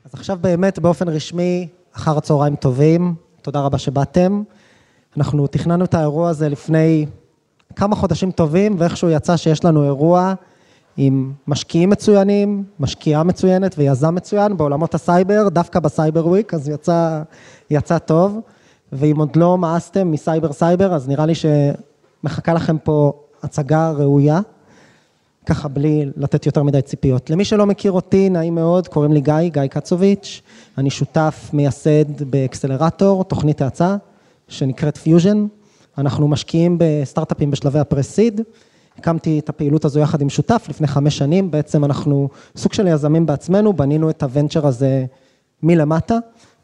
אז עכשיו באמת באופן רשמי, אחר הצהריים טובים, תודה רבה שבאתם. אנחנו תכננו את האירוע הזה לפני כמה חודשים טובים, ואיכשהו יצא שיש לנו אירוע עם משקיעים מצוינים, משקיעה מצוינת ויזם מצוין בעולמות הסייבר, דווקא בסייבר וויק, אז יצא טוב, ואם עוד לא מאסתם מסייבר, אז נראה לי שמחכה לכם פה הצגה ראויה, ככה בלי לתת יותר מדי ציפיות. למי שלא מכיר אותי, נעים מאוד, קוראים לי גיא קצוביץ', אני שותף מייסד באקסלרטור, תוכנית האצה, שנקראת פיוז'ן, אנחנו משקיעים בסטארט-אפים בשלבי הפרסיד, הקמתי את הפעילות הזו יחד עם שותף לפני 5 שנים, בעצם אנחנו סוג של יזמים בעצמנו, בנינו את הוונצ'ר הזה מלמטה,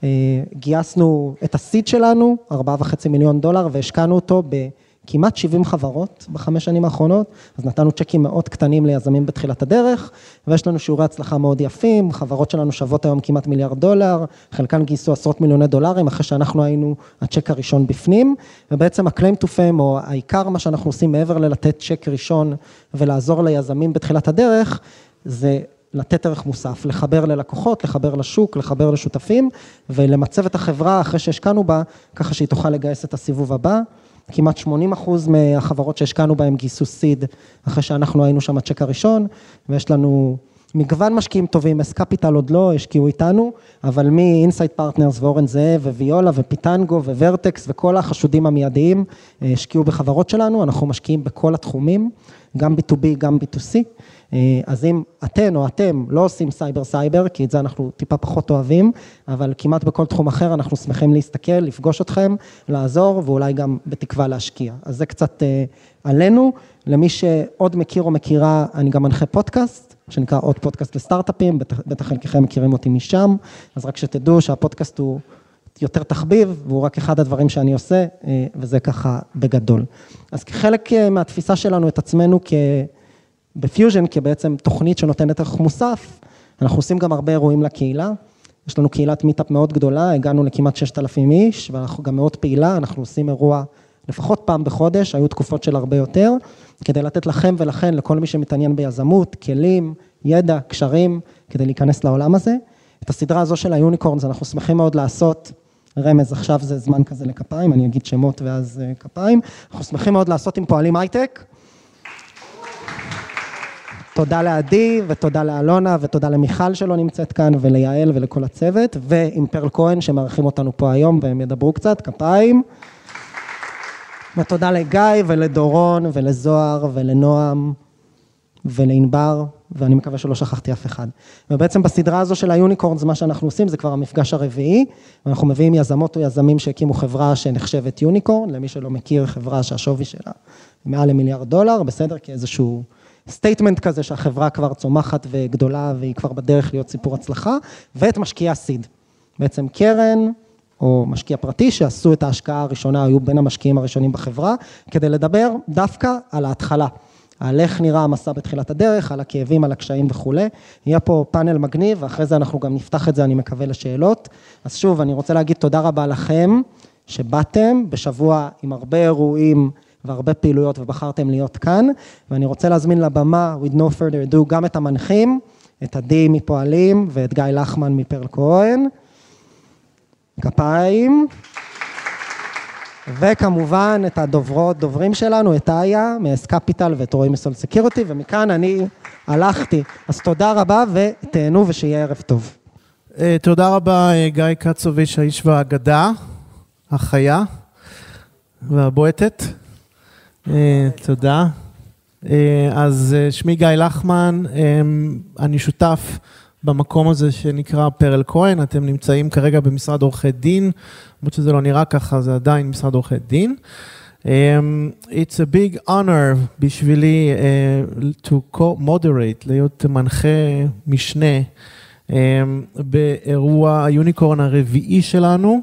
גייסנו את הסיד שלנו, $4.5 מיליון, והשקענו אותו בכמעט 70 חברות ב5 שנים האחרונות, אז נתנו צ'קים מאוד קטנים ליזמים בתחילת הדרך, ויש לנו שיעורי הצלחה מאוד יפים, חברות שלנו שוות היום כמעט $1 מיליארד, חלקן גייסו עשרות מיליוני דולרים, אחרי שאנחנו היינו הצ'ק הראשון בפנים, ובעצם ה-claim to fame, או העיקר מה שאנחנו עושים מעבר ללתת צ'ק ראשון, ולעזור ליזמים בתחילת הדרך, זה לתת ערך מוסף, לחבר ללקוחות, לחבר לשוק, לחבר לשותפים, ולמצב את החברה אחרי שהשקענו בה, ככה שהיא תוכל לגייס את הסיבוב הבא. כמעט 80% מהחברות שהשקענו בהם גייסו סיד, אחרי שאנחנו היינו שם הצ'ק הראשון, ויש לנו מגוון משקיעים טובים, S-Capital עוד לא, השקיעו איתנו, אבל מ-Insight Partners ואורן זאב וויולה ופיטנגו וורטקס וכל החשודים המיידיים, השקיעו בחברות שלנו, אנחנו משקיעים בכל התחומים, גם B2B, גם B2C, אז אם אתן או אתם לא עושים סייבר, כי את זה אנחנו טיפה פחות אוהבים, אבל כמעט בכל תחום אחר אנחנו שמחים להסתכל, לפגוש אתכם, לעזור, ואולי גם בתקווה להשקיע. אז זה קצת עלינו. למי שעוד מכיר או מכירה, אני גם מנחה פודקאסט, שנקרא עוד פודקאסט לסטארט-אפים, בטח חלקכם מכירים אותי משם, אז רק שתדעו שהפודקאסט הוא יותר תחביב, והוא רק אחד הדברים שאני עושה, וזה ככה בגדול. אז כחלק מהתפיסה שלנו את עצמנו בפיוז'ן, כבעצם תוכנית שנותנת ערך מוסף, אנחנו עושים גם הרבה אירועים לקהילה, יש לנו קהילת מיטאפ מאוד גדולה, הגענו לכמעט 6,000 איש, ואנחנו גם מאוד פעילה, אנחנו עושים אירוע לפחות פעם בחודש, היו תקופות של הרבה יותר, כדי לתת לכם ולכן, לכל מי שמתעניין ביזמות, כלים, ידע, קשרים, כדי להיכנס לעולם הזה. את הסדרה הזו של היוניקורנס, אנחנו שמחים מאוד לעשות, רמז, עכשיו זה זמן כזה לכפיים, אני אגיד שמות ואז כפיים, אנחנו שמחים מאוד לעשות עם פועלים הייטק, תודה לעדי ותודה לאלונה ותודה למיכל שלא נמצאת כאן וליעל ולכל הצוות ועם פרל כהן שמארחים אותנו פה היום והם ידברו קצת, כפיים. ותודה לגיא ולדורון ולזוהר ולנועם ולענבר ואני מקווה שלא שכחתי אף אחד. ובעצם בסדרה הזו של היוניקורנס מה שאנחנו עושים זה כבר המפגש הרביעי ואנחנו מביאים יזמות או יזמים שהקימו חברה שנחשבת יוניקורן, למי שלא מכיר חברה שהשווי שלה מעל $1 מיליארד, בסדר? כאיזשהו סטייטמנט כזה שהחברה כבר צומחת וגדולה והיא כבר בדרך להיות סיפור הצלחה, ואת משקיעי הסיד. בעצם קרן או משקיע פרטי שעשו את ההשקעה הראשונה, היו בין המשקיעים הראשונים בחברה, כדי לדבר דווקא על ההתחלה, על איך נראה המסע בתחילת הדרך, על הכאבים, על הקשיים וכו'. יהיה פה פאנל מגניב, ואחרי זה אנחנו גם נפתח את זה, אני מקווה לשאלות. אז שוב, אני רוצה להגיד תודה רבה לכם, שבאתם בשבוע עם הרבה אירועים, והרבה פעילויות ובחרתם להיות כאן, ואני רוצה להזמין לבמה, with no further ado, גם את המנחים, את עדי מפועלים, ואת גיא לחמן מפרל כהן, כפיים, וכמובן את דוברים שלנו, את איה, מ-S-Capital ואת רועי מסול סקיוריטי, ומכאן אני הלכתי, אז תודה רבה ותהנו ושיהיה ערב טוב. תודה רבה גיא קצוביץ', האיש והאגדה, החיה והבועטת. תודה. אז שמי גיא לחמן, אני שותף במקום הזה שנקרא פרל כהן, אתם נמצאים כרגע במשרד עורכי דין, למרות שזה לא נראה ככה, זה עדיין משרד עורכי דין. It's a big honor בשבילי to co-moderate, להיות מנחה משנה באירוע היוניקורן הרביעי שלנו.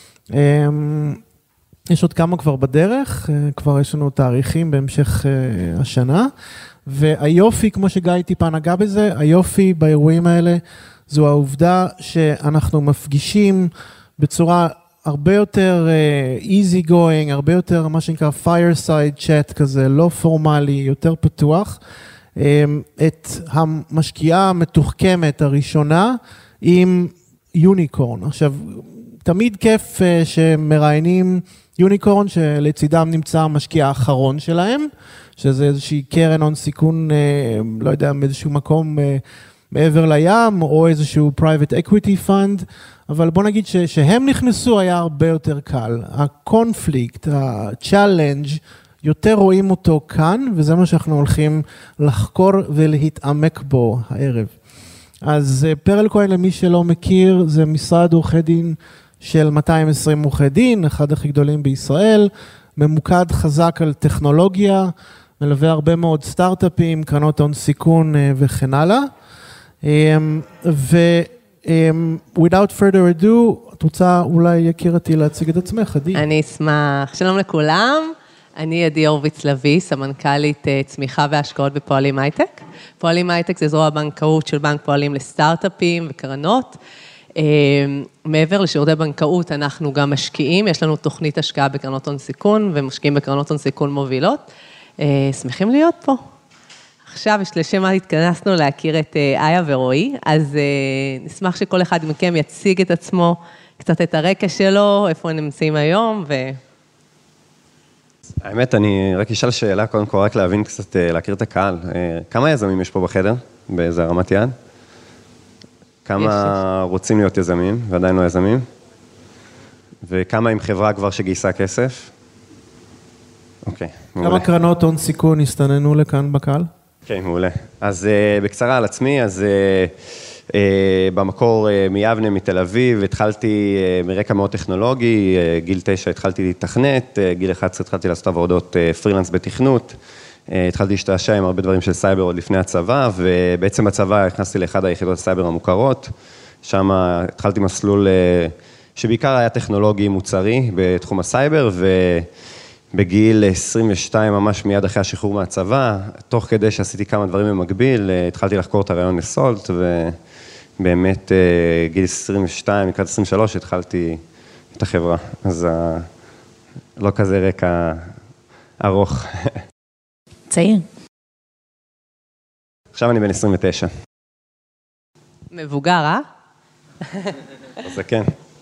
יש עוד כמה כבר בדרך, כבר יש לנו תאריכים בהמשך השנה, והיופי, כמו שגיא טיפה נגע בזה, היופי באירועים האלה, זו העובדה שאנחנו מפגישים בצורה הרבה יותר easy going, הרבה יותר מה שנקרא fireside chat כזה, לא פורמלי, יותר פתוח, את המשקיעה המתוחכמת הראשונה, עם יוניקורן. עכשיו, תמיד כיף שמראיינים יוניקורן שלצידם נמצא המשקיע האחרון שלהם, שזה איזושהי קרן הון סיכון, לא יודע, מאיזשהו מקום מעבר לים, או איזשהו private equity fund, אבל בוא נגיד שהם נכנסו היה הרבה יותר קל. הקונפליקט, הצ'אלנג', יותר רואים אותו כאן, וזה מה שאנחנו הולכים לחקור ולהתעמק בו הערב. אז פרל כהן, למי שלא מכיר, זה משרד עורכי דין של 220 עורכי דין, אחד הכי גדולים בישראל, ממוקד חזק על טכנולוגיה, מלווה הרבה מאוד סטארט-אפים, קרנות הון סיכון וכן הלאה. without further ado, את רוצה אולי יקירתי להציג את עצמך, עדי? אני אשמח. שלום לכולם, אני עדי הורוביץ לוי, סמנכ"לית צמיחה והשקעות בפועלים הייטק. פועלים הייטק זה זרוע בנקאות של בנק פועלים לסטארט-אפים וקרנות. מעבר לשירותי בנקאות אנחנו גם משקיעים, יש לנו תוכנית השקעה בקרנות הון סיכון ומשקיעים בקרנות הון סיכון מובילות. שמחים להיות פה. עכשיו, לשם מה התכנסנו להכיר את איה ורועי, אז נשמח שכל אחד מכם יציג את עצמו, קצת את הרקע שלו, איפה הם נמצאים היום, האמת, אני רק אשאל שאלה, קודם כל רק להבין קצת, להכיר את הקהל. כמה יזמים יש פה בחדר, באיזה רמת יד? כמה רוצים להיות יזמים, ועדיין לא יזמים? וכמה עם חברה כבר שגייסה כסף? אוקיי, מעולה. כמה קרנות הון סיכון הסתננו לכאן בקהל? כן, מעולה. אז בקצרה על עצמי, אז במקור מיבנה, מתל אביב, התחלתי מרקע מאוד טכנולוגי, גיל 9 התחלתי לתכנת, גיל 11 התחלתי לעשות עבודות פרילנס בתכנות, התחלתי להשתעשע עם הרבה דברים של סייבר עוד לפני הצבא, ובעצם בצבא הכנסתי לאחד היחידות הסייבר המוכרות, שם התחלתי מסלול שבעיקר היה טכנולוגי מוצרי בתחום הסייבר, בגיל 22, ממש מיד אחרי השחרור מהצבא, תוך כדי שעשיתי כמה דברים במקביל, התחלתי לחקור את הרעיון לסולט, ובאמת גיל 22, לקראת 23, התחלתי את החברה. אז לא כזה רקע ארוך. צעיר. עכשיו אני בן 29. מבוגר, אה? זה כן.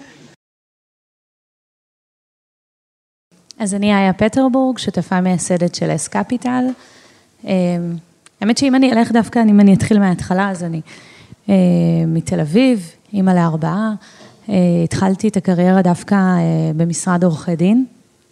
אז אני איה פטרבורג, שותפה מייסדת של S-Capital. האמת שאם אני אלך דווקא, אם אני אתחיל מההתחלה, אז אני מתל אביב, אימא לארבעה, התחלתי את הקריירה דווקא במשרד עורכי דין.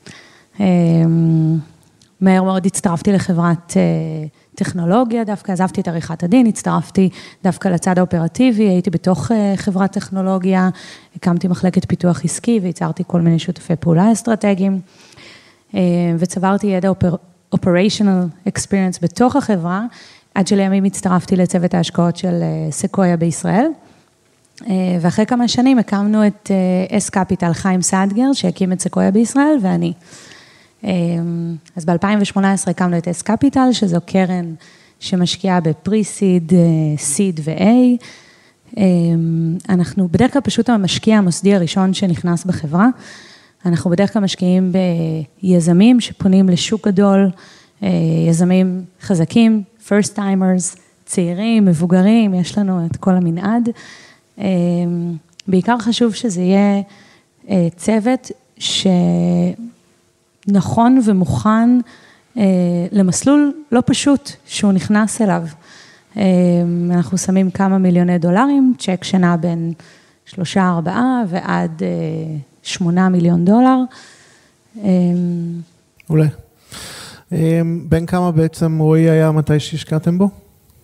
מהר מאוד הצטרפתי לחברת טכנולוגיה, דווקא עזבתי את עריכת הדין, הצטרפתי דווקא לצד האופרטיבי, הייתי בתוך חברת טכנולוגיה, הקמתי מחלקת פיתוח עסקי ויצרתי כל מיני שותפי פעולה אסטרטגיים, וצברתי ידע operational experience בתוך החברה, עד שלימים הצטרפתי לצוות ההשקעות של סקויה בישראל, ואחרי כמה שנים הקמנו את S-Capital, חיים סדגר, שהקים את סקויה בישראל, ואני. אז ב-2018 הקמנו את S-Capital, שזו קרן שמשקיעה בפרי-סיד, סיד ו-A. אנחנו בדרך כלל פשוט המשקיע המוסדי הראשון שנכנס בחברה. אנחנו בדרך כלל משקיעים ביזמים שפונים לשוק גדול, יזמים חזקים, first timers, צעירים, מבוגרים, יש לנו את כל המנעד. בעיקר חשוב שזה יהיה צוות שנכון ומוכן למסלול לא פשוט שהוא נכנס אליו. אנחנו שמים כמה מיליוני דולרים, צ'ק שנה בין 3-4 ועד $8 מיליון. אולי. בין כמה בעצם רועי היה מתי שהשקעתם בו?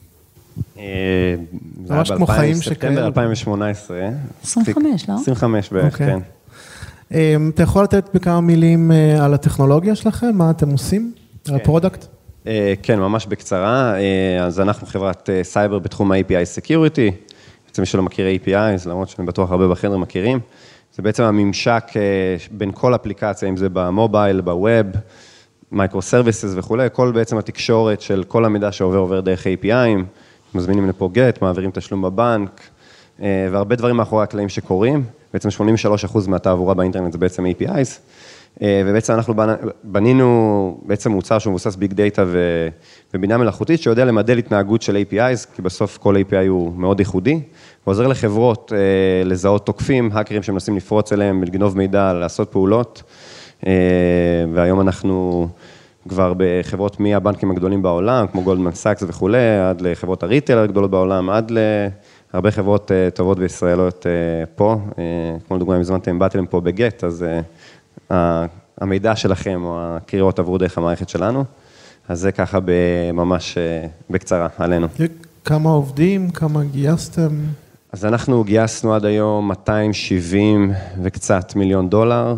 ממש כמו חיים שכאלה. ספטמבר 2018. 25, לא? 25 בערך, כן. אתה יכול לתת בכמה מילים על הטכנולוגיה שלכם? מה אתם עושים? על הפרודקט? כן, ממש בקצרה. אז אנחנו חברת סייבר בתחום ה-API Security. בעצם מי שלא מכיר API, למרות שאני בטוח הרבה בחדר מכירים. זה בעצם הממשק בין כל אפליקציה, אם זה במובייל, בווב, מייקרו-סרוויסס וכולי, כל בעצם התקשורת של כל המידע שעובר דרך API'ים, מזמינים לפה גט, מעבירים תשלום בבנק, והרבה דברים מאחורי הקלעים שקורים, בעצם 83% מהתעבורה באינטרנט זה בעצם APIs, ובעצם אנחנו בנינו בעצם מוצר שהוא מבוסס ביג דאטה ובינה מלאכותית, שיודע למדל התנהגות של APIs, כי בסוף כל API הוא מאוד ייחודי, ועוזר לחברות לזהות תוקפים, האקרים שמנסים לפרוץ אליהם, לגנוב מידע, לעשות פעולות, והיום אנחנו כבר בחברות מהבנקים הגדולים בעולם, כמו גולדמן סאקס וכו', עד לחברות הריטייל הגדולות בעולם, עד להרבה חברות טובות וישראליות פה, כמו לדוגמה, אם הזמנתם, באתם פה בגט, אז המידע שלכם או הקריאות עברו דרך המערכת שלנו, אז זה ככה ממש בקצרה עלינו. כמה עובדים, כמה גייסתם? אז אנחנו גייסנו עד היום 270 וקצת מיליון דולר,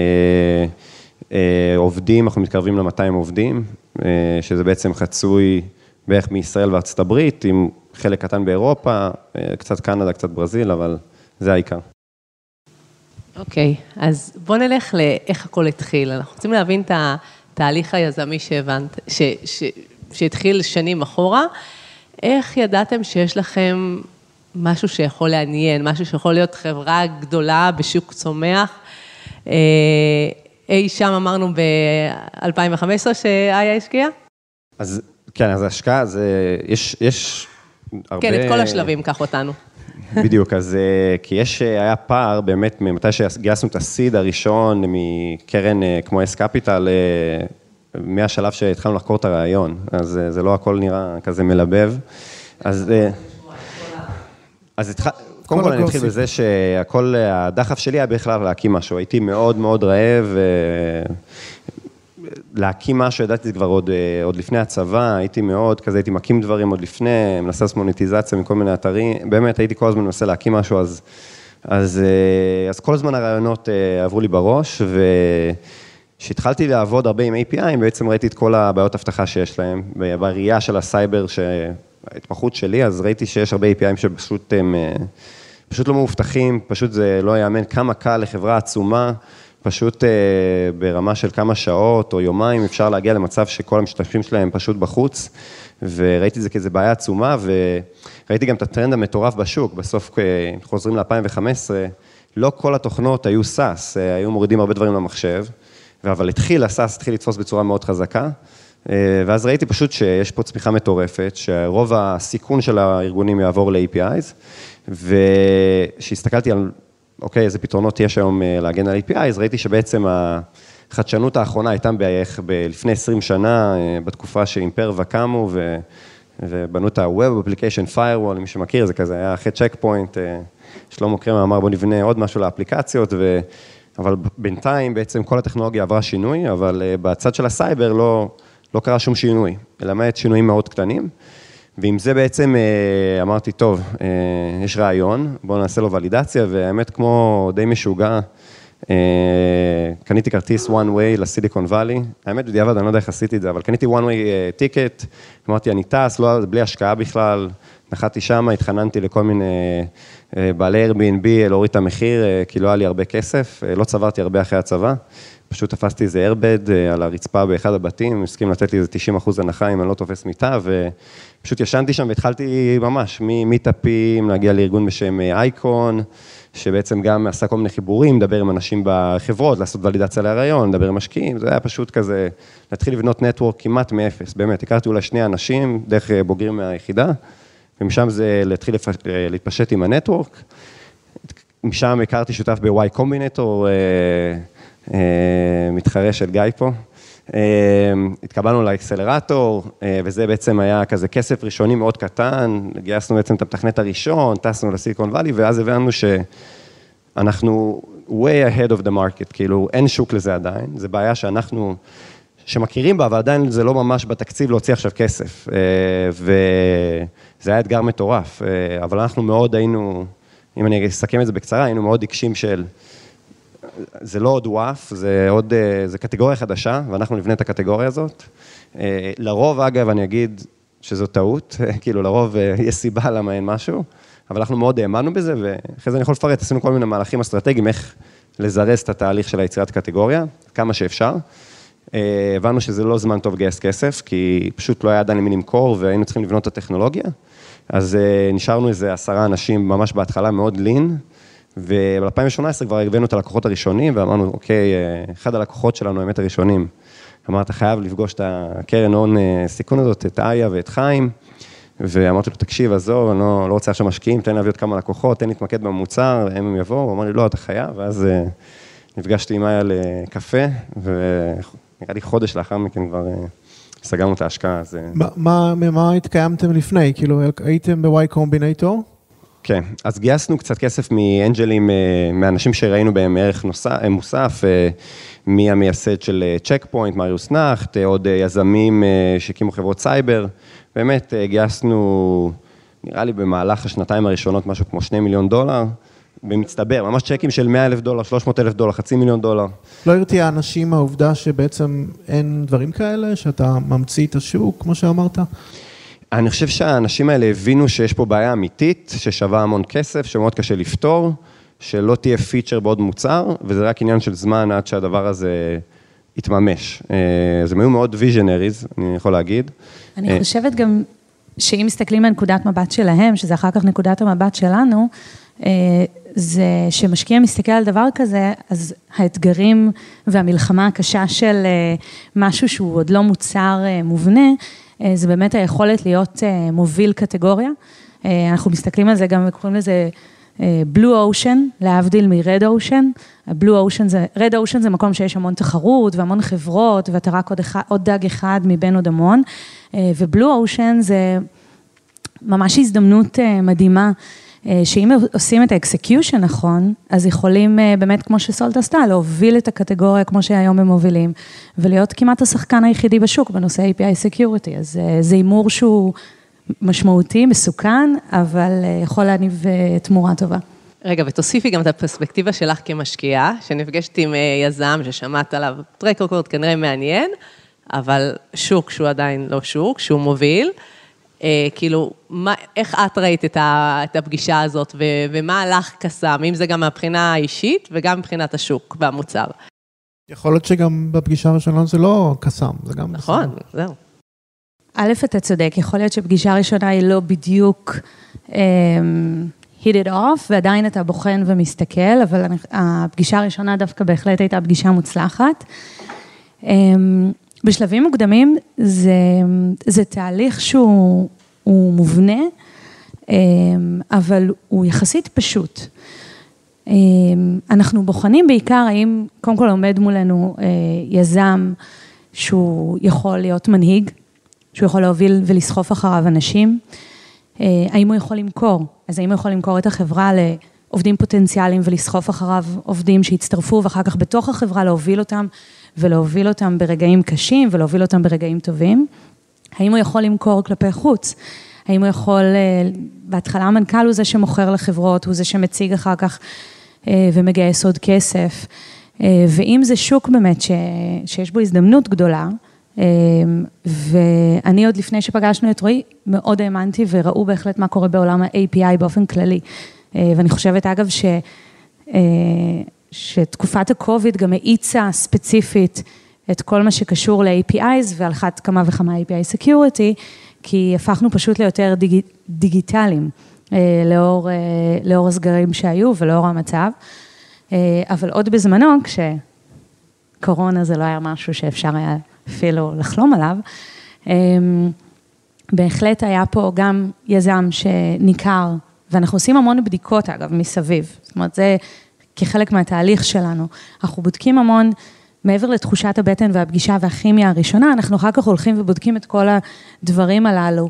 עובדים, אנחנו מתקרבים ל-200 עובדים, שזה בעצם חצוי בערך מישראל וארצות הברית, עם חלק קטן באירופה, קצת קנדה, קצת ברזיל, אבל זה העיקר. אוקיי, אז בוא נלך לאיך הכל התחיל. אנחנו רוצים להבין את התהליך היזמי שהבנת, שהתחיל שנים אחורה. איך ידעתם שיש לכם משהו שיכול לעניין, משהו שיכול להיות חברה גדולה בשוק צומח? אי שם אמרנו ב-2015 שאיה השקיעה? אז כן, אז ההשקעה, יש הרבה... כן, את כל השלבים, קח אותנו. בדיוק, אז כי היה פער באמת, ממתי שגייסנו את הסיד הראשון מקרן כמו S-Capital, מהשלב שהתחלנו לחקור את הרעיון, אז זה לא הכל נראה כזה מלבב. אז קודם כל אני אתחיל בזה שהכל, הדחף שלי היה בכלל להקים משהו, הייתי מאוד מאוד רעב, להקים משהו, ידעתי זה כבר עוד לפני הצבא, הייתי מאוד כזה, הייתי מקים דברים עוד לפני, מנסה לעשות מוניטיזציה מכל מיני אתרים, באמת הייתי כל הזמן מנסה להקים משהו, אז כל הזמן הרעיונות עברו לי בראש, וכשהתחלתי לעבוד הרבה עם API, בעצם ראיתי את כל הבעיות הבטחה שיש להם, בראייה של הסייבר, ההתמחות שלי, אז ראיתי שיש הרבה API שפשוט פשוט לא מאובטחים, פשוט זה לא יאמן כמה קל לחברה עצומה, פשוט ברמה של כמה שעות או יומיים אפשר להגיע למצב שכל המשתתפים שלהם פשוט בחוץ, וראיתי את זה כאיזו בעיה עצומה, וראיתי גם את הטרנד המטורף בשוק, בסוף חוזרים ל-2015, לא כל התוכנות היו סאס, היו מורידים הרבה דברים למחשב, אבל הסאס התחיל לתפוס בצורה מאוד חזקה, ואז ראיתי פשוט שיש פה צמיחה מטורפת, שרוב הסיכון של הארגונים יעבור ל-APIs, ושהסתכלתי על אוקיי, איזה פתרונות יש היום להגן על API, אז ראיתי שבעצם החדשנות האחרונה הייתה בערך לפני 20 שנה, בתקופה שאימפרווה קמו, ובנו את ה-Web Application Firewall, מי שמכיר, זה כזה היה אחרי צ'ק פוינט, שלמה קרמר אמר בוא נבנה עוד משהו לאפליקציות, אבל בינתיים בעצם כל הטכנולוגיה עברה שינוי, אבל בצד של הסייבר לא קרה שום שינוי, אלא מעט שינויים מאוד קטנים, ועם זה בעצם אמרתי, טוב, יש רעיון, בואו נעשה לו ולידציה, והאמת כמו די משוגע, קניתי כרטיס one way לסיליקון ואלי, האמת בדיעבד, אני לא יודע איך עשיתי את זה, אבל קניתי one way טיקט, אמרתי, אני טס, לא, בלי השקעה בכלל, נחתי שם, התחננתי לכל מיני בעלי Airbnb, להוריד את המחיר, כי לא היה לי הרבה כסף, לא צברתי הרבה אחרי הצבא, פשוט תפסתי איזה איירבד על הרצפה באחד הבתים, הסכים לתת לי איזה 90% הנחה אם אני לא תופס מיטה, ופשוט ישנתי שם והתחלתי ממש ממיטאפים, להגיע לארגון בשם אייקון, שבעצם גם עשה כל מיני חיבורים, לדבר עם אנשים בחברות, לעשות ולידציה להיריון, לדבר עם משקיעים, זה היה פשוט כזה, להתחיל לבנות נטוורק כמעט מאפס, באמת, הכרתי אולי 2 אנשים, דרך בוגרים מהיחידה, ומשם זה להתחיל להתפשט עם הנטוורק, משם הכרתי שותף ב-Y Combinator, מתחרה של גיא פה, התקבלנו לאקסלרטור, וזה בעצם היה כזה כסף ראשוני מאוד קטן, גייסנו בעצם את המתכנת הראשון, טסנו לסיליקון ואלי, ואז הבנו שאנחנו way ahead of the market, כאילו אין שוק לזה עדיין, זה בעיה שמכירים בה, אבל עדיין זה לא ממש בתקציב להוציא עכשיו כסף, וזה היה אתגר מטורף, אבל אנחנו מאוד היינו, אם אני אסכם את זה בקצרה, היינו מאוד עיקשים של, זה לא עוד וואף, זה קטגוריה חדשה, ואנחנו נבנה את הקטגוריה הזאת. לרוב, אגב, אני אגיד שזו טעות, כאילו לרוב יש סיבה למה אין משהו, אבל אנחנו מאוד האמנו בזה, ואחרי זה אני יכול לפרט, עשינו כל מיני מהלכים אסטרטגיים, איך לזרז את התהליך של היצירת קטגוריה, כמה שאפשר. הבנו שזה לא זמן טוב גייס כסף, כי פשוט לא היה עדיין למי למכור, והיינו צריכים לבנות את הטכנולוגיה, אז נשארנו איזה 10 אנשים ממש בהתחלה, מאוד לין, וב-2018 כבר הבאנו את הלקוחות הראשונים, ואמרנו, אוקיי, אחד הלקוחות שלנו, האמת הראשונים, אמר, אתה חייב לפגוש את הקרן הון סיכון הזאת, את איה ואת חיים, ואמרתי לו, תקשיב, עזוב, אני לא רוצה עכשיו משקיעים, תן להביא עוד כמה לקוחות, תן להתמקד במוצר, הם יבואו, הוא אמר לי, לא, אתה חייב, ואז נפגשתי עם איה לקפה, ונראה לי חודש לאחר מכן כבר סגרנו את ההשקעה. ממה התקיימתם לפני? כאילו, הייתם ב-Y Combinator? כן, אז גייסנו קצת כסף מאנג'לים, מאנשים שראינו בהם ערך מוסף, מהמייסד של צ'ק פוינט, מריוס נחט, עוד יזמים שהקימו חברות סייבר, באמת גייסנו, נראה לי במהלך השנתיים הראשונות, משהו כמו $2 מיליון, במצטבר, ממש צ'קים של $100,000, $300,000, $500,000. לא הרתיע האנשים העובדה שבעצם אין דברים כאלה, שאתה ממציא את השוק, כמו שאמרת? אני חושב שהאנשים האלה הבינו שיש פה בעיה אמיתית, ששווה המון כסף, שמאוד קשה לפתור, שלא תהיה פיצ'ר בעוד מוצר, וזה רק עניין של זמן עד שהדבר הזה יתממש. אז הם היו מאוד visionaries, אני יכול להגיד. אני חושבת גם שאם מסתכלים מנקודת מבט שלהם, שזה אחר כך נקודת המבט שלנו, זה שמשקיע מסתכל על דבר כזה, אז האתגרים והמלחמה הקשה של משהו שהוא עוד לא מוצר מובנה, זה באמת היכולת להיות מוביל קטגוריה. אנחנו מסתכלים על זה גם וקוראים לזה Blue Ocean, להבדיל מ-Red Ocean. Red Ocean זה מקום שיש המון תחרות והמון חברות, ואתה רק עוד דג אחד מבין עוד המון. ו-Blue Ocean זה ממש הזדמנות מדהימה, שאם עושים את האקסקיושן נכון, אז יכולים באמת, כמו שסולט עשתה, להוביל את הקטגוריה כמו שהיום הם מובילים, ולהיות כמעט השחקן היחידי בשוק בנושא API Security. אז זה אימור שהוא משמעותי, מסוכן, אבל יכול להניב תמורה טובה. רגע, ותוסיפי גם את הפרספקטיבה שלך כמשקיעה, שנפגשת עם יזם ששמעת עליו טרק רקורד כנראה מעניין, אבל שוק שהוא עדיין לא שוק, שהוא מוביל, כאילו, איך את ראית את הפגישה הזאת, ומה הלך קסם, אם זה גם מהבחינה האישית, וגם מבחינת השוק והמוצר. יכול להיות שגם בפגישה הראשונה זה לא קסם, זה גם... נכון, זהו. א', אתה צודק, יכול להיות שפגישה הראשונה היא לא בדיוק hit it off, ועדיין אתה בוחן ומסתכל, אבל הפגישה הראשונה דווקא בהחלט הייתה פגישה מוצלחת. בשלבים מוקדמים זה תהליך שהוא מובנה, אבל הוא יחסית פשוט. אנחנו בוחנים בעיקר האם קודם כל עומד מולנו יזם שהוא יכול להיות מנהיג, שהוא יכול להוביל ולסחוף אחריו אנשים, האם הוא יכול למכור, אז האם הוא יכול למכור את החברה לעובדים פוטנציאליים ולסחוף אחריו עובדים שהצטרפו ואחר כך בתוך החברה להוביל אותם ולהוביל אותם ברגעים קשים ולהוביל אותם ברגעים טובים, האם הוא יכול למכור כלפי חוץ, האם הוא יכול, בהתחלה המנכ"ל הוא זה שמוכר לחברות, הוא זה שמציג אחר כך ומגייס עוד כסף, ואם זה שוק באמת שיש בו הזדמנות גדולה, ואני עוד לפני שפגשנו את רועי, מאוד האמנתי וראו בהחלט מה קורה בעולם ה-API באופן כללי, ואני חושבת אגב שתקופת הקוביד גם האיצה ספציפית את כל מה שקשור ל-APIs, ועל אחת כמה וכמה API Security, כי הפכנו פשוט ליותר דיגיטליים, לאור הסגרים שהיו ולאור המצב, אבל עוד בזמנו, כשקורונה זה לא היה משהו שאפשר היה אפילו לחלום עליו, בהחלט היה פה גם יזם שניכר, ואנחנו עושים המון בדיקות אגב מסביב, זאת אומרת זה כחלק מהתהליך שלנו, אנחנו בודקים המון, מעבר לתחושת הבטן והפגישה והכימיה הראשונה, אנחנו אחר כך הולכים ובודקים את כל הדברים הללו,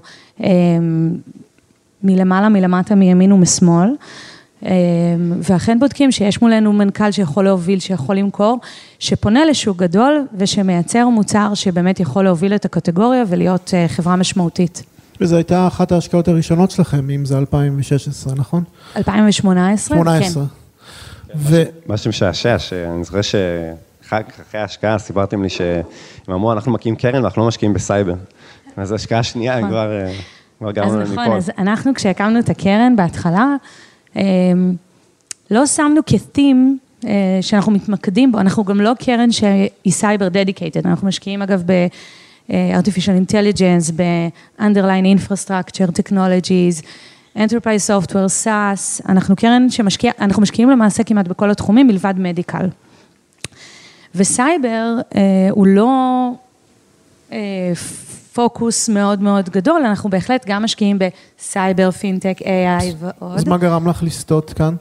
מלמעלה, מלמטה, מימין ומשמאל, ואכן בודקים שיש מולנו מנכ"ל שיכול להוביל, שיכול למכור, שפונה לשוק גדול ושמייצר מוצר שבאמת יכול להוביל את הקטגוריה ולהיות חברה משמעותית. וזו הייתה אחת ההשקעות הראשונות שלכם, אם זה 2016, נכון? 2018, 18. כן. מה שמשעשע, שאני זוכר אחרי ההשקעה סיפרתם לי שהם אמרו, אנחנו מקימים קרן ואנחנו לא משקיעים בסייבר. אז ההשקעה השנייה היא כבר גרמנו להם מפה. אז נכון, אז אנחנו כשהקמנו את הקרן בהתחלה, לא שמנו כתים שאנחנו מתמקדים בו, אנחנו גם לא קרן שהיא סייבר דדיקייטד, אנחנו משקיעים אגב ב-artificial intelligence, ב-underline infrastructure technologies, Enterprise Software, SaaS, אנחנו קרן אנחנו משקיעים למעשה כמעט בכל התחומים, מלבד מדיקל. וסייבר הוא לא פוקוס מאוד מאוד גדול, אנחנו בהחלט גם משקיעים בסייבר, פינטק, AI ועוד. אז מה גרם לך לסטות כאן?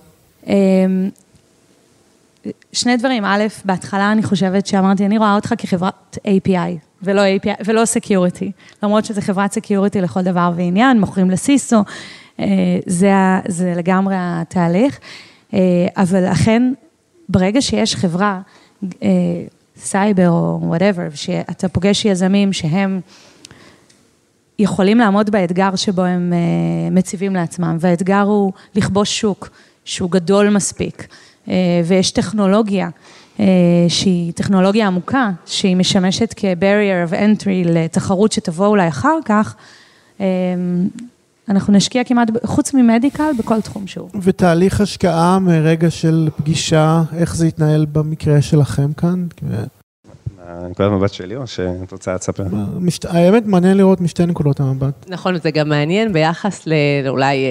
שני דברים, א', בהתחלה אני חושבת שאמרתי, אני רואה אותך כחברת API, ולא Security, למרות שזה חברת Security לכל דבר ועניין, מוכרים לסיסו, זה לגמרי התהליך, אבל אכן, ברגע שיש חברה, סייבר או whatever, שאתה פוגש יזמים שהם יכולים לעמוד באתגר שבו הם מציבים לעצמם, והאתגר הוא לכבוש שוק, שהוא גדול מספיק, ויש טכנולוגיה, שהיא טכנולוגיה עמוקה, שהיא משמשת כ-barrier of entry לתחרות שתבוא אולי אחר כך, אנחנו נשקיע כמעט, חוץ ממדיקל, בכל תחום שהוא. ותהליך השקעה מרגע של פגישה, איך זה יתנהל במקרה שלכם כאן? נקודת מבט שלי, או שאת רוצה לספר? האמת, מעניין לראות משתי נקודות המבט. נכון, זה גם מעניין ביחס לאולי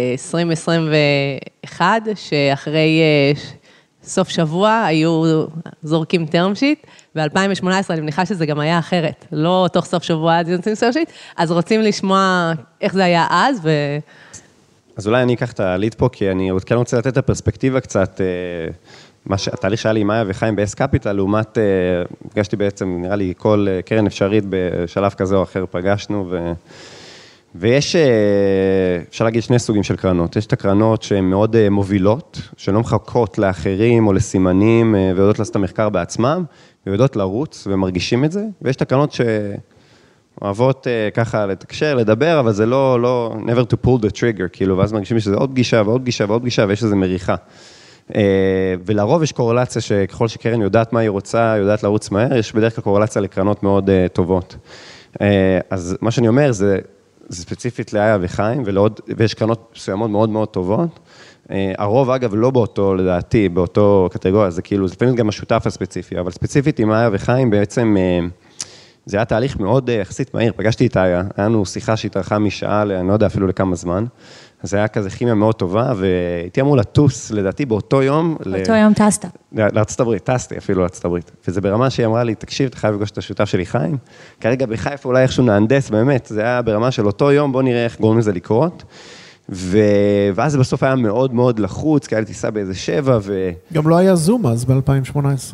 2021, שאחרי סוף שבוע היו זורקים term sheet, ב-2018 אני מניחה שזה גם היה אחרת, לא תוך סוף שבוע עד יוצאים term sheet, אז רוצים לשמוע איך זה היה אז, אז אולי אני אקח את הליד פה, כי אני כן רוצה לתת את הפרספקטיבה קצת, התהליך שהיה לי עם מאיה וחיים ב-S Capital, לעומת, פגשתי בעצם, נראה לי, כל קרן אפשרית בשלב כזה או אחר פגשנו, ויש, אפשר להגיד, שני סוגים של קרנות. יש את הקרנות שהן מאוד מובילות, שלא מחכות לאחרים או לסימנים, ויודעות לעשות את המחקר בעצמם, ויודעות לרוץ ומרגישים את זה, ויש את הקרנות שאוהבות ככה לתקשר, לדבר, אבל זה לא, never to pull the trigger, כאילו, ואז מרגישים שזה עוד פגישה ועוד פגישה ועוד פגישה, ויש איזו מריחה. ולרוב יש קורלציה שככל שקרן יודעת מה היא רוצה, יודעת לרוץ מהר, יש בדרך כלל קורלציה לקרנות מאוד טובות. אז מה שאני אומר זה ספציפית לאיה וחיים, ויש קרנות מסוימות מאוד מאוד טובות. הרוב, אגב, לא באותו, לדעתי, באותו קטגוריה, זה כאילו, זה לפעמים גם השותף הספציפי, אבל ספציפית עם איה וחיים בעצם, זה היה תהליך מאוד יחסית מהיר. פגשתי את איה, היה לנו שיחה שהתארכה משעה, אני לא יודע אפילו לכמה זמן, אז היה כזה כימיה מאוד טובה, והייתי אמור לטוס, לדעתי, באותו יום. באותו יום טסת. לארצות הברית, טסתי אפילו לארצות הברית. וזה ברמה שהיא אמרה לי, תקשיב, אתה חייב לפגוש את השותף שלי חיים. כרגע בחיפה אולי איכשהו נהנדס, באמת, זה היה ברמה של אותו יום, בוא נראה איך גורמים לזה לקרות. ואז זה בסוף היה מאוד מאוד לחוץ, כי היה לי טיסה באיזה 7, גם לא היה זום אז ב-2018,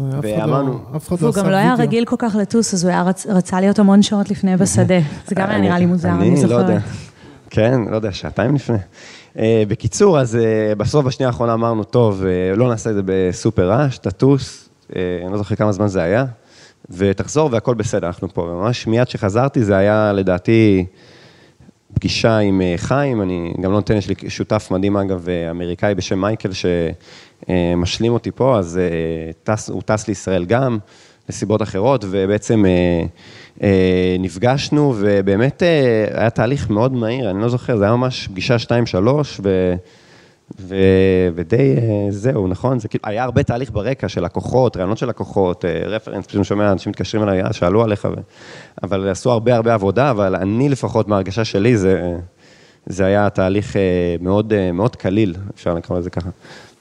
אף אחד לא הוא גם לא היה רגיל כל כך לטוס, אז הוא היה רצה להיות המון שעות לפני בשדה. זה גם היה נראה לי מוזר, אני זוכרת. כן, לא יודע, שעתיים לפני. בקיצור, אז בסוף בשנייה האחרונה אמרנו, טוב, לא נעשה את זה בסופר רעש, תטוס, אני לא זוכר כמה זמן זה היה, ותחזור והכל בסדר, אנחנו פה. ממש מיד שחזרתי, זה היה לדעתי פגישה עם חיים, אני גם לא נותן, יש לי שותף מדהים אגב, אמריקאי בשם מייקל, שמשלים אותי פה, אז הוא טס לישראל גם, לסיבות אחרות, ובעצם נפגשנו, ובאמת היה תהליך מאוד מהיר, אני לא זוכר, זה היה ממש פגישה 2-3, ודי זהו, נכון? זה כאילו, היה הרבה תהליך ברקע של לקוחות, רעיונות של לקוחות, רפרנס, פשוט שומע, אנשים מתקשרים אליי, שאלו עליך, אבל עשו הרבה עבודה, אבל אני לפחות מהרגשה שלי, זה היה תהליך מאוד, מאוד קליל, אפשר לקרוא לזה ככה.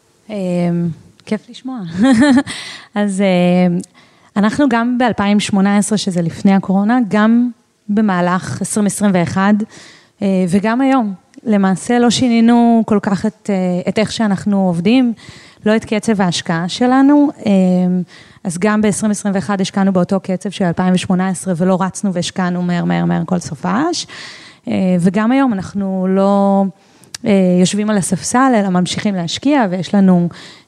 כיף לשמוע. אז אנחנו גם ב-2018, שזה לפני הקורונה, גם במהלך 2021, וגם היום. למעשה לא שינינו כל כך את איך שאנחנו עובדים, לא את קצב ההשקעה שלנו, אז גם ב-2021 השקענו באותו קצב של 2018, ולא רצנו והשקענו מהר כל סופש, וגם היום אנחנו לא יושבים על הספסל, אלא ממשיכים להשקיע, ויש לנו